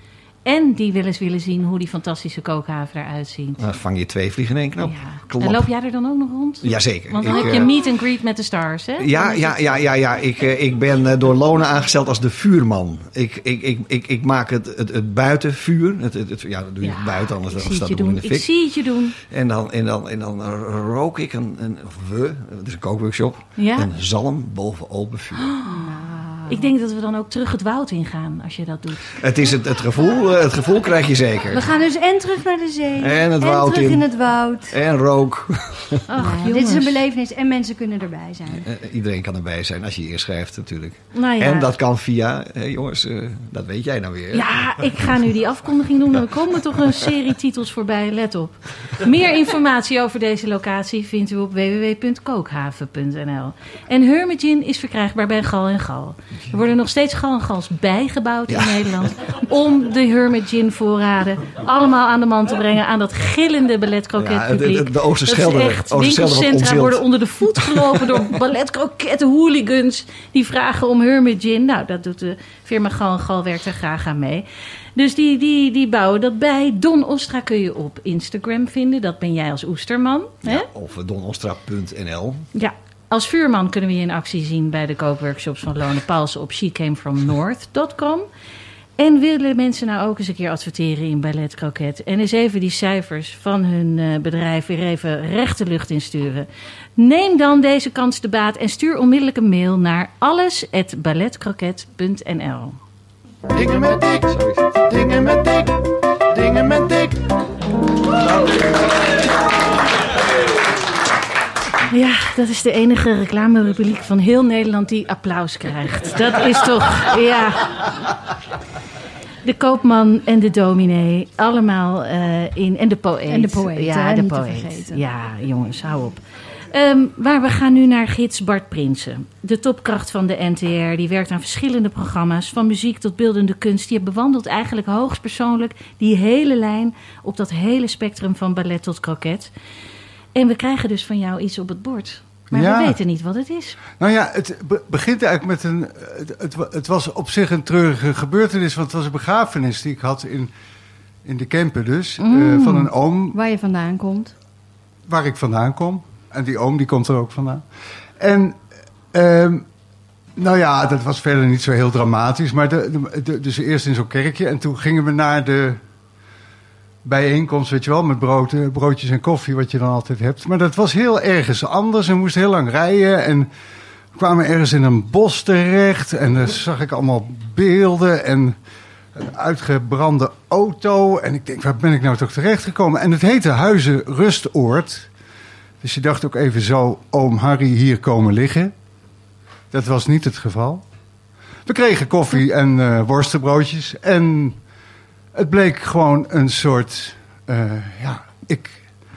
En die wel eens willen zien hoe die fantastische kookhaven eruit ziet. Dan vang je twee vliegen in één knop. Ja. Klap. En loop jij er dan ook nog rond? Jazeker. Want dan ik, heb je uh, meet and greet met de stars, hè? Ja, ja, ja, ja, ja. Ik, uh, ik ben uh, door Lona aangesteld als de vuurman. Ik, ik, ik, ik, ik maak het, het, het buitenvuur. Het, het, het, ja, dat doe je Ja, buiten, anders ik dan zie staat het het je in doen. de Ik fik. zie het je doen. En dan, en dan, en dan rook ik een, een of we, het is een kookworkshop, Ja. een zalm boven open vuur. Ik denk dat we dan ook terug het woud ingaan als je dat doet. Het is het, het gevoel, uh, het gevoel krijg je zeker. We gaan dus en terug naar de zee. En het woud terug in. in het woud. En rook. Ach, Ja, dit is een belevenis en mensen kunnen erbij zijn. Uh, iedereen kan erbij zijn als je hier schrijft natuurlijk. Nou ja. En dat kan via, uh, jongens, uh, dat weet jij nou weer. Hè? Ja, ik ga nu die afkondiging doen. Er komen toch een serie titels voorbij, let op. Meer informatie over deze locatie vindt u op w w w punt kookhaven punt n l. En Hermit Gin is verkrijgbaar bij Gal en Gal. Er worden nog steeds Gal en Gals bijgebouwd in Ja. Nederland om de Hermit Gin voorraden allemaal aan de man te brengen aan dat gillende balletkroket Ja, de- publiek. de- de Oosterschelde- Dat is echt, Oosterschelde wordt winkelcentra ontzield. worden onder de voet gelopen door balletkroketten hooligans die vragen om Hermit Gin. Nou, dat doet de firma Gal en Gal, werkt er graag aan mee. Dus die, die, die bouwen dat bij. Don Ostra kun je op Instagram vinden. Dat ben jij als oesterman. Hè? Ja, of donostra punt n l. Ja, als vuurman kunnen we je in actie zien bij de kookworkshops van Lone Paulsen op she came from north dot com. En willen mensen nou ook eens een keer adverteren in Ballet Croquet en eens even die cijfers van hun uh, bedrijf weer even recht de lucht insturen? Neem dan deze kans te baat en stuur onmiddellijk een mail naar alles at balletcroquet punt n l. Dingen met dik, dingen met dik, dingen met dik. Ja, dat is de enige reclamepubliek van heel Nederland die applaus krijgt. Dat is toch, ja. De koopman en de dominee, allemaal uh, in... En de poëet. En de poëet, Ja, hè, de niet te poëet. vergeten. Ja, jongens, hou op. Um, maar we gaan nu naar gids Bart Prinsen. De topkracht van de N T R. Die werkt aan verschillende programma's. Van muziek tot beeldende kunst. Die bewandelt eigenlijk hoogstpersoonlijk die hele lijn op dat hele spectrum van ballet tot kroket. En we krijgen dus van jou iets op het bord. Maar Ja. we weten niet wat het is. Nou ja, het be- begint eigenlijk met een... Het, het, wa- het was op zich een treurige gebeurtenis, want het was een begrafenis die ik had in, in de Kempen dus. Mm. eh, van een oom Waar je vandaan komt. waar ik vandaan kom. En die oom, die komt er ook vandaan. En, ehm, nou ja, dat was verder niet zo heel dramatisch. Maar de, de, de- dus eerst in zo'n kerkje. En toen gingen we naar de bijeenkomst, weet je wel, met brood, eh, broodjes en koffie, wat je dan altijd hebt. Maar dat was heel ergens anders. En we moesten heel lang rijden. En we kwamen ergens in een bos terecht. En dan zag ik allemaal beelden en een uitgebrande auto. En ik denk, waar ben ik nou toch terechtgekomen? En het heette Huizen Rustoord. Dus je dacht ook even zo, oom Harry hier komen liggen. Dat was niet het geval. We kregen koffie en uh, worstenbroodjes. En het bleek gewoon een soort... Uh, ja, ik,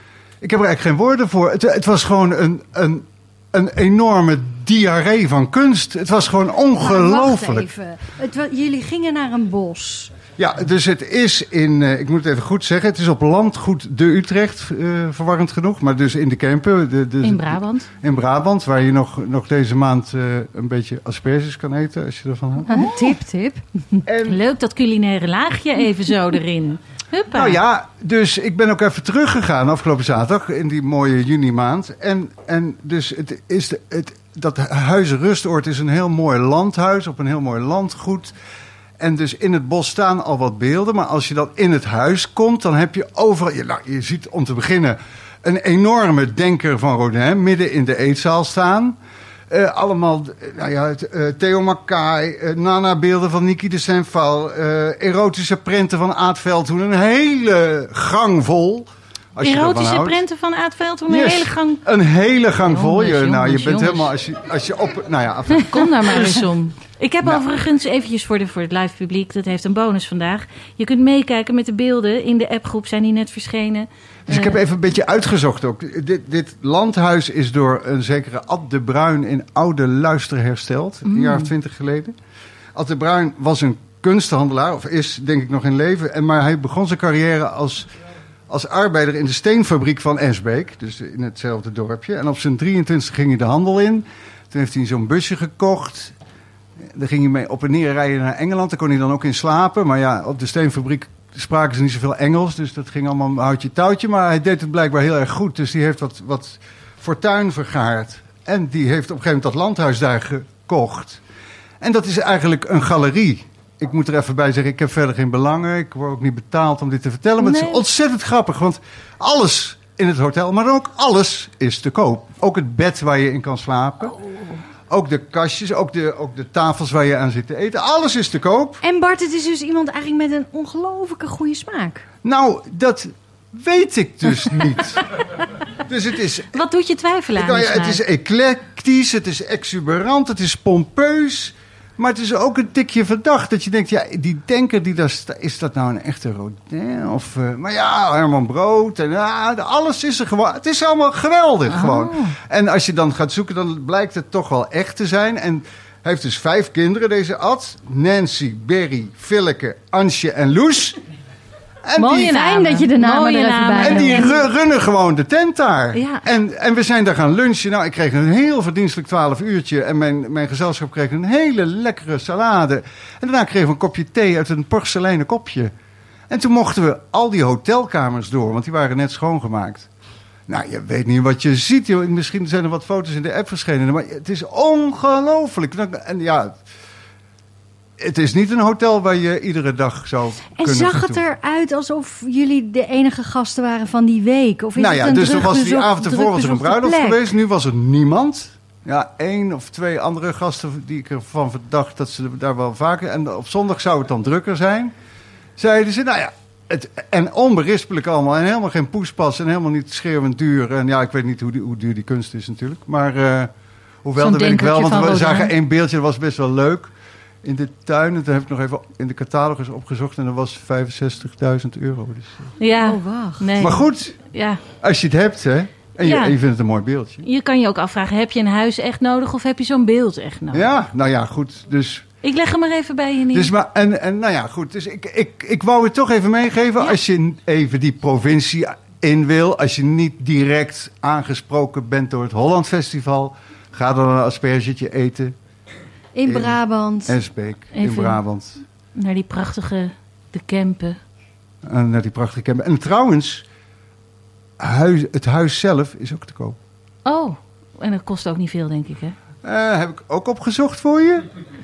ik heb er eigenlijk geen woorden voor. Het, het was gewoon een, een, een enorme diarree van kunst. Het was gewoon Maar wacht ongelooflijk. even. Het, wa- jullie gingen naar een bos. Ja, dus het is in, uh, ik moet het even goed zeggen, het is op landgoed de Utrecht, uh, verwarrend genoeg. Maar dus in de Kempen. De, de, In Brabant. In Brabant, waar je nog, nog deze maand uh, een beetje asperges kan eten, als je ervan houdt. Tip, tip. En, Leuk dat culinaire laagje even zo erin. Huppa. nou ja, dus ik ben ook even teruggegaan afgelopen zaterdag in die mooie juni maand. En, en dus het is de, het, dat Huizen Rustoord is een heel mooi landhuis op een heel mooi landgoed. En dus in het bos staan al wat beelden. Maar als je dan in het huis komt, dan heb je overal... Je, nou, je ziet om te beginnen een enorme denker van Rodin midden in de eetzaal staan. Uh, allemaal, nou ja, uh, Theo Mackay, uh, Nana-beelden van Niki de Saint-Val, uh, erotische prenten van Aad Veldhoen. Een hele gang vol. Als je ervan Erotische houdt. prenten van Aad Veldhoen, een Yes. hele gang. Een hele gang vol. Je, Jongens, nou, je jongens, bent jongens. helemaal... Als je, als je op... Nou ja, af, Kom daar maar eens om. Ik heb Nou. overigens eventjes voor, de, voor het live publiek, dat heeft een bonus vandaag. Je kunt meekijken met de beelden. In de appgroep zijn die net verschenen. Dus ik heb even een beetje uitgezocht ook. Dit, dit landhuis is door een zekere Ad de Bruin in Oude Luister hersteld. Een jaar of twintig geleden. Ad de Bruin was een kunsthandelaar, of is denk ik nog in leven. En, maar hij begon zijn carrière als, als arbeider in de steenfabriek van Esbeek. Dus in hetzelfde dorpje. En op zijn drieëntwintigste ging hij de handel in. Toen heeft hij zo'n busje gekocht. Daar ging hij mee op en neer rijden naar Engeland. Daar kon hij dan ook in slapen. Maar ja, op de steenfabriek spraken ze niet zoveel Engels, dus dat ging allemaal houtje touwtje. Maar hij deed het blijkbaar heel erg goed. Dus die heeft wat, wat fortuin vergaard. En die heeft op een gegeven moment dat landhuis daar gekocht. En dat is eigenlijk een galerie. Ik moet er even bij zeggen, ik heb verder geen belangen. Ik word ook niet betaald om dit te vertellen. Maar nee. Het is ontzettend grappig, want alles in het hotel, maar ook alles is te koop. Ook het bed waar je in kan slapen. Oh. Ook de kastjes, ook de, ook de tafels waar je aan zit te eten. Alles is te koop. En Bart, het is dus iemand eigenlijk met een ongelooflijke goede smaak. Nou, dat weet ik dus niet. Dus het is... Wat doet je twijfelen aan nou ja, het is eclectisch, het is exuberant, het is pompeus. Maar het is ook een tikje verdacht. Dat je denkt, ja, die denker, die daar sta, is dat nou een echte Rodin? Of, uh, maar ja, Herman Brood. En, ja, alles is er gewoon. Het is allemaal geweldig oh. gewoon. En als je dan gaat zoeken, dan blijkt het toch wel echt te zijn. En hij heeft dus vijf kinderen, deze Ad. Nancy, Berry, Villeke, Ansje en Loes. En Mooie die, fijn dat je de namen er even bij En die ru- runnen gewoon de tent daar. Ja. En, en we zijn daar gaan lunchen. Nou, ik kreeg een heel verdienstelijk twaalf uurtje. En mijn, mijn gezelschap kreeg een hele lekkere salade. En daarna kregen we een kopje thee uit een porseleinen kopje. En toen mochten we al die hotelkamers door. Want die waren net schoongemaakt. Nou, je weet niet wat je ziet. Joh. Misschien zijn er wat foto's in de app verschenen. Maar het is ongelooflijk. En ja... Het is niet een hotel waar je iedere dag zou en kunnen zag vertoeven. het eruit alsof jullie de enige gasten waren van die week? Of is nou het ja, een dus druk er was die bezocht, avond ervoor was er een bruiloft plek? geweest. Nu was er niemand. Ja, één of twee andere gasten die ik ervan verdacht dat ze daar wel vaker... En op zondag zou het dan drukker zijn. Zeiden ze, nou ja, het, en onberispelijk allemaal. En helemaal geen poespas en helemaal niet schreeuwend duur. En ja, ik weet niet hoe, die, hoe duur die kunst is natuurlijk. Maar uh, hoewel, Zo'n dat weet ik wel. Want we Rodin. zagen één beeldje, dat was best wel leuk... In de tuin, en toen heb ik nog even in de catalogus opgezocht... en dat was vijfenzestigduizend euro. Dus. Ja, oh, wacht. Nee. Maar goed, ja. Als je het hebt, hè, en, je, ja. en je vindt het een mooi beeldje. Je kan je ook afvragen, heb je een huis echt nodig... of heb je zo'n beeld echt nodig? Ja, nou ja, goed. Dus, ik leg hem maar even bij je neer. dus maar, en, en nou ja, goed. Dus ik, ik, ik wou het toch even meegeven... Ja. Als je even die provincie in wil... als je niet direct aangesproken bent door het Holland Festival... ga dan een aspergetje eten... In Brabant. En Speek, in Brabant. Naar die prachtige, de Kempen. En naar die prachtige Kempen. En trouwens, huis, het huis zelf is ook te koop. Oh, en dat kost ook niet veel, denk ik, hè? Uh, heb ik ook opgezocht voor je.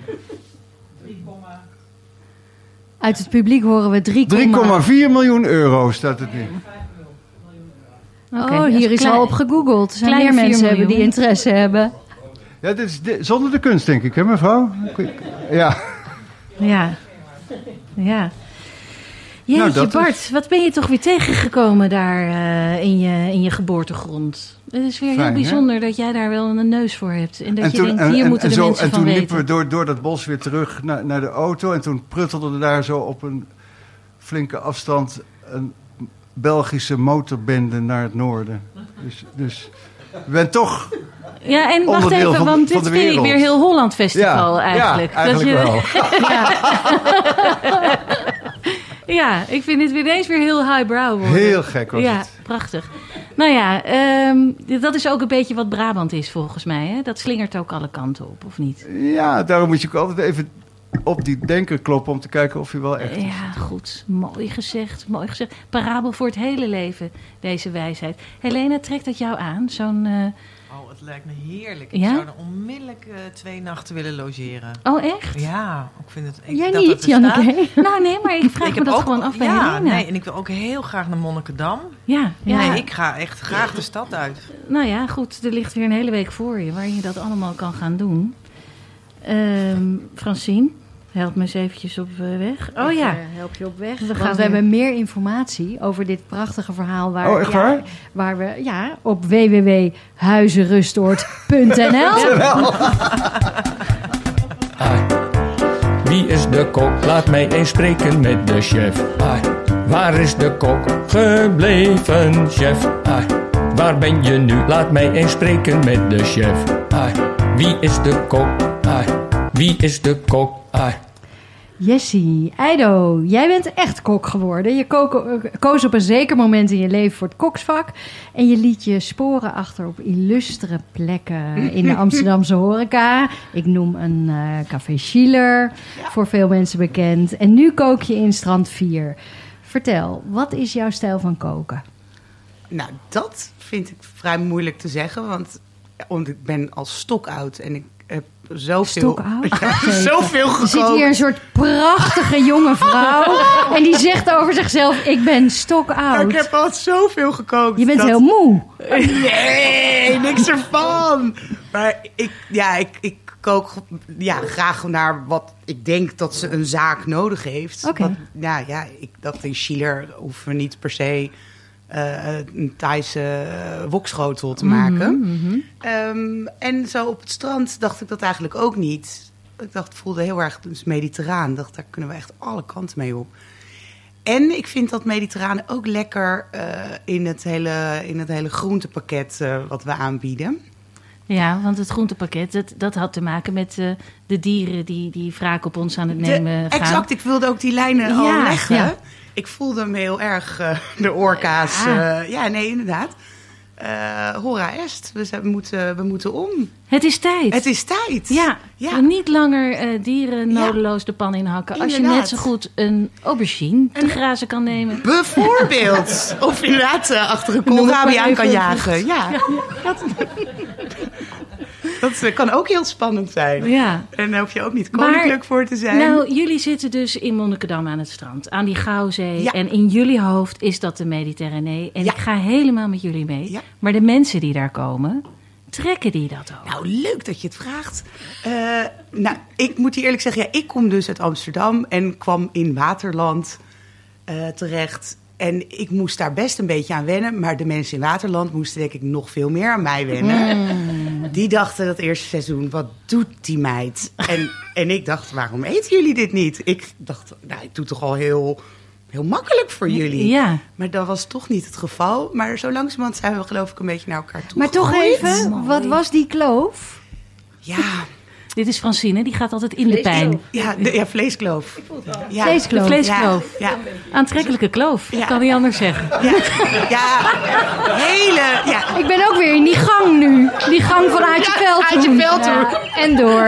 Uit het publiek horen we drie komma vier miljoen euro staat het nu. Okay, oh, hier is klein, al op gegoogeld. Er zijn meer mensen hebben die interesse hebben. Ja, dit is de, zonder de kunst, denk ik, hè, mevrouw? Ja. Ja. Ja. Jeetje, nou, Bart, is... wat ben je toch weer tegengekomen daar uh, in, je, in je geboortegrond? Het is weer Fijn, heel bijzonder hè? Dat jij daar wel een neus voor hebt. En dat en je toen, denkt, hier en, moeten en de zo, mensen en van weten. En toen liepen we door, door dat bos weer terug naar, naar de auto. En toen pruttelde er daar zo op een flinke afstand... een Belgische motorbende naar het noorden. Dus, dus ik ben toch... Ja, en wacht even, van, want dit vind ik weer heel Holland Festival ja, eigenlijk. Ja, eigenlijk dat je, wel. ja. ja, ik vind dit weer ineens weer heel highbrow worden. Heel gek was ja, het. Prachtig. Nou ja, um, dat is ook een beetje wat Brabant is volgens mij. Hè? Dat slingert ook alle kanten op, of niet? Ja, daarom moet je ook altijd even op die denker kloppen om te kijken of je wel echt is. Ja, goed. Mooi gezegd, mooi gezegd. Parabel voor het hele leven, deze wijsheid. Helena, trekt dat jou aan? Zo'n... Uh, Oh, het lijkt me heerlijk. Ja? Ik zou er onmiddellijk uh, twee nachten willen logeren. Oh, echt? Ja, ik vind het... Ik, Jij dat niet, Janneke? Nou, nee, maar ik vraag ik me dat ook, gewoon af bij ja, Helena. Nee, en ik wil ook heel graag naar Monnikendam. Ja, ja. Nee, ik ga echt graag de stad uit. Nou ja, goed. Er ligt weer een hele week voor je waar je dat allemaal kan gaan doen. Um, Francine, help me eens eventjes op weg. Oh ik, ja. Uh, help je op weg. We, Want gaan we hebben meer informatie over dit prachtige verhaal. Waar, oh, echt ja, waar? Waar we, ja, op w w w punt huizenrustoord punt n l. Ah, wie is de kok? Laat mij eens spreken met de chef. Ah, waar is de kok gebleven, chef? Ah, waar ben je nu? Laat mij eens spreken met de chef. Ah, wie is de kok? Ah, wie is de kok? Ah. Jessie, Eido, jij bent echt kok geworden. Je ko- koos op een zeker moment in je leven voor het koksvak. En je liet je sporen achter op illustere plekken in de Amsterdamse horeca. Ik noem een uh, Café Schiller, voor veel mensen bekend. En nu kook je in Strand vier. vertel, wat is jouw stijl van koken? Nou, dat vind ik vrij moeilijk te zeggen. Want, want ik ben al stokoud en ik heb zoveel, Stokoud? ja, zoveel gekookt. Er zit hier een soort prachtige jonge vrouw. En die zegt over zichzelf, ik ben stokoud. Ik heb al zoveel gekookt. Je bent dat... heel moe. Nee, niks ervan. Maar ik, ja, ik, ik kook ja, graag naar wat ik denk dat ze een zaak nodig heeft. Oké. Okay. Ja, ja, ik dacht in Schiller hoeven we niet per se uh, een Thaise uh, wokschotel te maken. Mm-hmm. Um, en zo op het strand dacht ik dat eigenlijk ook niet. Ik dacht, het voelde heel erg dus mediterraan. Ik dacht, daar kunnen we echt alle kanten mee op. En ik vind dat mediterrane ook lekker uh, in, het hele, in het hele groentepakket uh, wat we aanbieden. Ja, want het groentepakket, dat, dat had te maken met uh, de dieren die, die wraak op ons aan het nemen de, gaan. Exact, ik wilde ook die lijnen ja, al leggen. Ja. Ik voelde hem heel erg, uh, de orka's. Ja. Uh, ja, nee, inderdaad. Uh, hora est, we, we, moeten, we moeten om. Het is tijd. Het is tijd. Ja, ja. niet langer uh, dieren nodeloos ja. de pan inhakken. Als inderdaad. je net zo goed een aubergine te grazen kan nemen. Bijvoorbeeld. Of inderdaad uh, achter een koolrabi aan kan jagen. Ja, ja. Dat, dat kan ook heel spannend zijn. Ja. En daar hoef je ook niet koninklijk maar, voor te zijn. Nou, jullie zitten dus in Monnikendam aan het strand. Aan die Gouwzee. Ja. En in jullie hoofd is dat de Mediterranee. En ja. ik ga helemaal met jullie mee. Ja. Maar de mensen die daar komen, trekken die dat ook? Nou, leuk dat je het vraagt. Uh, nou, ik moet je eerlijk zeggen, ja, ik kom dus uit Amsterdam en kwam in Waterland uh, terecht. En ik moest daar best een beetje aan wennen. Maar de mensen in Waterland moesten denk ik nog veel meer aan mij wennen. Mm. Die dachten dat eerste seizoen, wat doet die meid? En, en ik dacht, waarom eten jullie dit niet? Ik dacht, nou, ik doe toch al heel, heel makkelijk voor jullie. Ja. Maar dat was toch niet het geval. Maar zo langzamerhand zijn we geloof ik een beetje naar elkaar toe Maar toch gegooid. even, Mooi. wat was die kloof? Ja... Dit is Francine, die gaat altijd in de pijn. Ja, de, ja vleeskloof. Ja. Vleeskloof. De vleeskloof. Ja, ja. Aantrekkelijke kloof, ja. kan niet anders zeggen. Ja, ja. hele... Ja. Ik ben ook weer in die gang nu. Die gang van Aartje Ja, Veldhoen. Aartje Veldhoen. Ja, en door.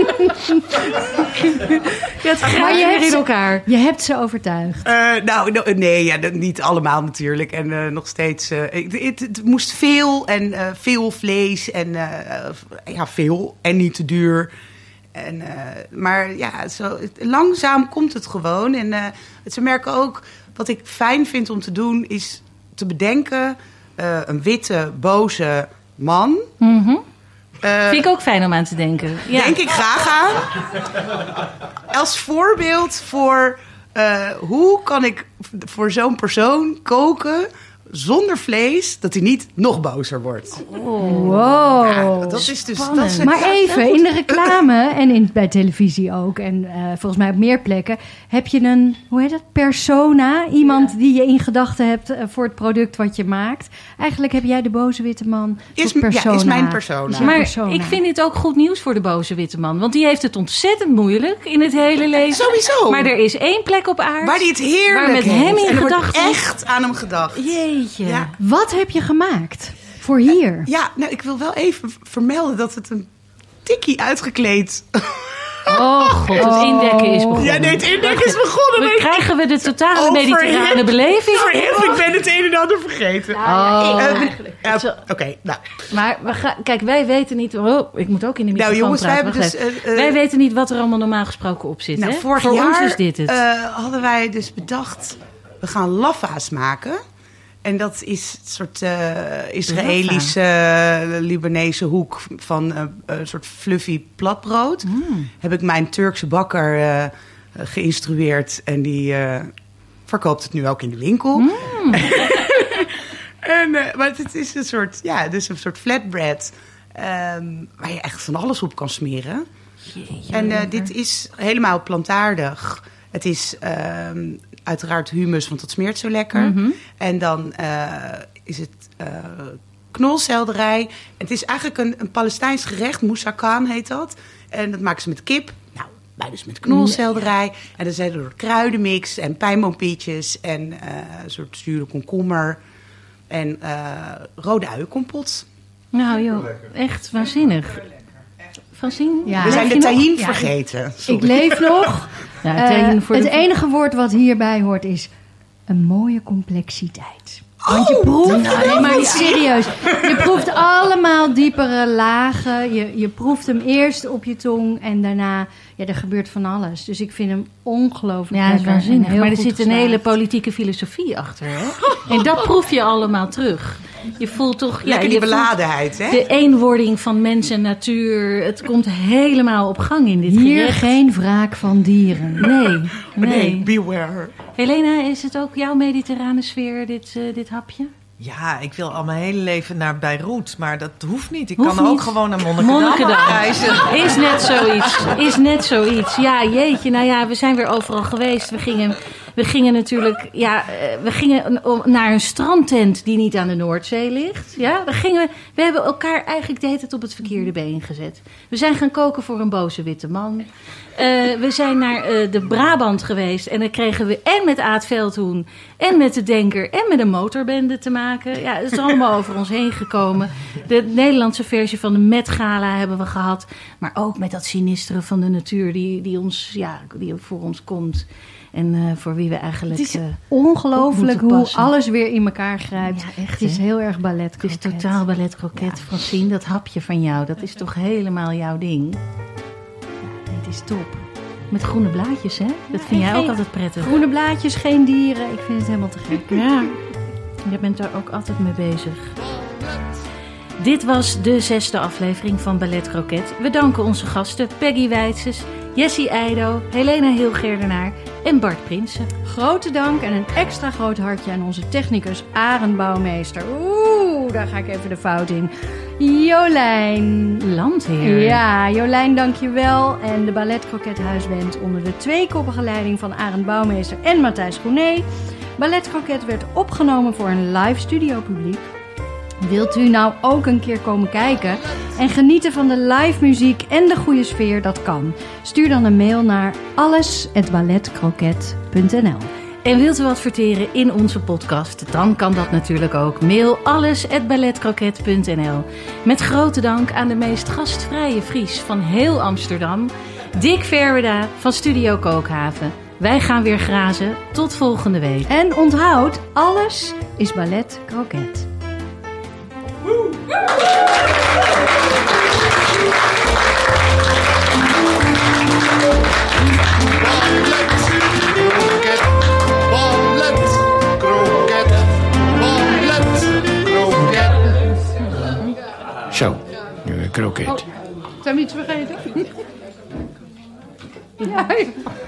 Ja, het Maar je hebt, in ze, elkaar. je hebt ze overtuigd. Uh, nou, no, nee, ja, niet allemaal natuurlijk. En uh, nog steeds... Uh, het, het, het moest veel en uh, veel vlees en uh, ja, veel en niet te duur. En, uh, maar ja, zo, langzaam komt het gewoon. En uh, ze merken ook, wat ik fijn vind om te doen, is te bedenken... Uh, een witte, boze man. Mm-hmm. Uh, Vind ik ook fijn om aan te denken. Ja. Denk ik graag aan. Als voorbeeld voor uh, hoe kan ik voor zo'n persoon koken... zonder vlees, dat hij niet nog bozer wordt. Oh. Wow. Ja, dat is dus, dat is maar even, in de reclame en in, bij televisie ook... en uh, volgens mij op meer plekken... heb je een, hoe heet dat, persona? Iemand ja. die je in gedachten hebt uh, voor het product wat je maakt. Eigenlijk heb jij de boze witte man is, persona. Ja, is mijn persona. Maar persona. ik vind dit ook goed nieuws voor de boze witte man. Want die heeft het ontzettend moeilijk in het hele leven. Sowieso. Maar er is één plek op aarde... waar hij het heerlijk waar met heeft. hem in en er gedachten... wordt echt aan hem gedacht. Jeetje. Ja. Wat heb je gemaakt voor hier? Ja, nou, ik wil wel even vermelden dat het een tikkie uitgekleed... Oh god, het indekken is begonnen. Ja, nee, het indekken is begonnen. Dan krijgen we de totale oh, mediterrane beleving. Verhef, ik ben het een en ander vergeten. Oh. Uh, eigenlijk. Uh, Oké, okay, nou. Maar we gaan, kijk, wij weten niet... Oh, ik moet ook in de microfoon nou, jongens, praten. wij, hebben dus, uh, uh, wij weten niet wat er allemaal normaal gesproken op zit. Nou, hè? vorig Voor jaar, ons is dit het. Uh, hadden wij dus bedacht... we gaan laffa's maken... En dat is een soort uh, Israëlische, uh, Libanese hoek van uh, een soort fluffy platbrood. Mm. Heb ik mijn Turkse bakker uh, geïnstrueerd en die uh, verkoopt het nu ook in de winkel. Mm. en, uh, maar het is een soort, ja, dus een soort flatbread um, waar je echt van alles op kan smeren. Jeetje, en uh, dit is helemaal plantaardig. Het is um, uiteraard hummus, want dat smeert zo lekker. Mm-hmm. En dan uh, is het uh, knolselderij. Het is eigenlijk een, een Palestijns gerecht, moussakan heet dat. En dat maken ze met kip. Nou, wij dus met knolselderij. Nee. En dan zijn er kruidenmix en pijnboompietjes en uh, een soort zure komkommer. En uh, rode uienkompot. Nou joh, echt waanzinnig. Francine? Ja. We zijn de tahin ja, vergeten. Sorry. Ik leef nog. Ja, uh, voor het de... enige woord wat hierbij hoort is een mooie complexiteit. Want je proeft, oh, nee, maar serieus, je proeft allemaal diepere lagen. Je, je proeft hem eerst op je tong en daarna, ja, er gebeurt van alles. Dus ik vind hem ongelooflijk ja, lekker. Ja, waanzinnig. Heel maar er goed zit een geslaagd. hele politieke filosofie achter, hè? En dat proef je allemaal terug. Je voelt toch... Lekker ja, die je beladenheid, hè? De eenwording van mens en natuur. Het komt helemaal op gang in dit Hier gerecht. geen wraak van dieren. Nee, nee. Nee, beware. Helena, is het ook jouw mediterrane sfeer, dit, uh, dit hapje? Ja, ik wil al mijn hele leven naar Beirut, maar dat hoeft niet. Ik Hoeft kan ook niet. gewoon naar Monnikendam Monnikendam. reizen. Is net zoiets. Is net zoiets. Ja, jeetje. Nou ja, we zijn weer overal geweest. We gingen, we gingen natuurlijk... Ja, eh, we gingen naar een strandtent die niet aan de Noordzee ligt. Ja, we, gingen, we hebben elkaar eigenlijk de hele tijd op het verkeerde been gezet. We zijn gaan koken voor een boze witte man. Uh, we zijn naar uh, de Brabant geweest. En dan kregen we en met Aad Veldhoen... en met de Denker en met een motorbende te maken. Ja, het is allemaal over ons heen gekomen. De Nederlandse versie van de Met Gala hebben we gehad. Maar ook met dat sinistere van de natuur... die, die, ons, ja, die voor ons komt. En uh, voor wie we eigenlijk... Het is uh, ongelooflijk hoe passen. alles weer in elkaar grijpt. Ja, echt, het is hè? heel erg ballet. Het is totaal ballet croquet, Francine. Dat hapje van jou, dat is toch helemaal jouw ding? Het is top. Met groene blaadjes, hè? Dat vind en jij ook geen- altijd prettig. Groene blaadjes, geen dieren. Ik vind het helemaal te gek. Ja, je bent daar ook altijd mee bezig. Dit was de zesde aflevering van Ballet Croquet. We danken onze gasten Peggy Wijtses, Jessie Eido, Helena Hilgerdenaar en Bart Prinsen. Grote dank en een extra groot hartje aan onze technicus Arend Bouwmeester. Oeh, daar ga ik even de fout in. Jolijn. Landheer. Ja, Jolijn, dank je wel. En de Ballet Croquet Huisband onder de tweekoppige leiding van Arend Bouwmeester en Matthijs Groené. Ballet Croquet werd opgenomen voor een live studio publiek. Wilt u nou ook een keer komen kijken en genieten van de live muziek en de goede sfeer? Dat kan. Stuur dan een mail naar alles at balletcroquet punt n l. En wilt u adverteren in onze podcast? Dan kan dat natuurlijk ook. Mail alles at balletcroquet punt n l. Met grote dank aan de meest gastvrije Fries van heel Amsterdam, Dick Verweda van Studio Kookhaven. Wij gaan weer grazen. Tot volgende week. En onthoud, alles is Ballet Croquet. Ballet, kroket, ballet, kroket. Zo, nu een kroket. Zijn we iets vergeten? Ja.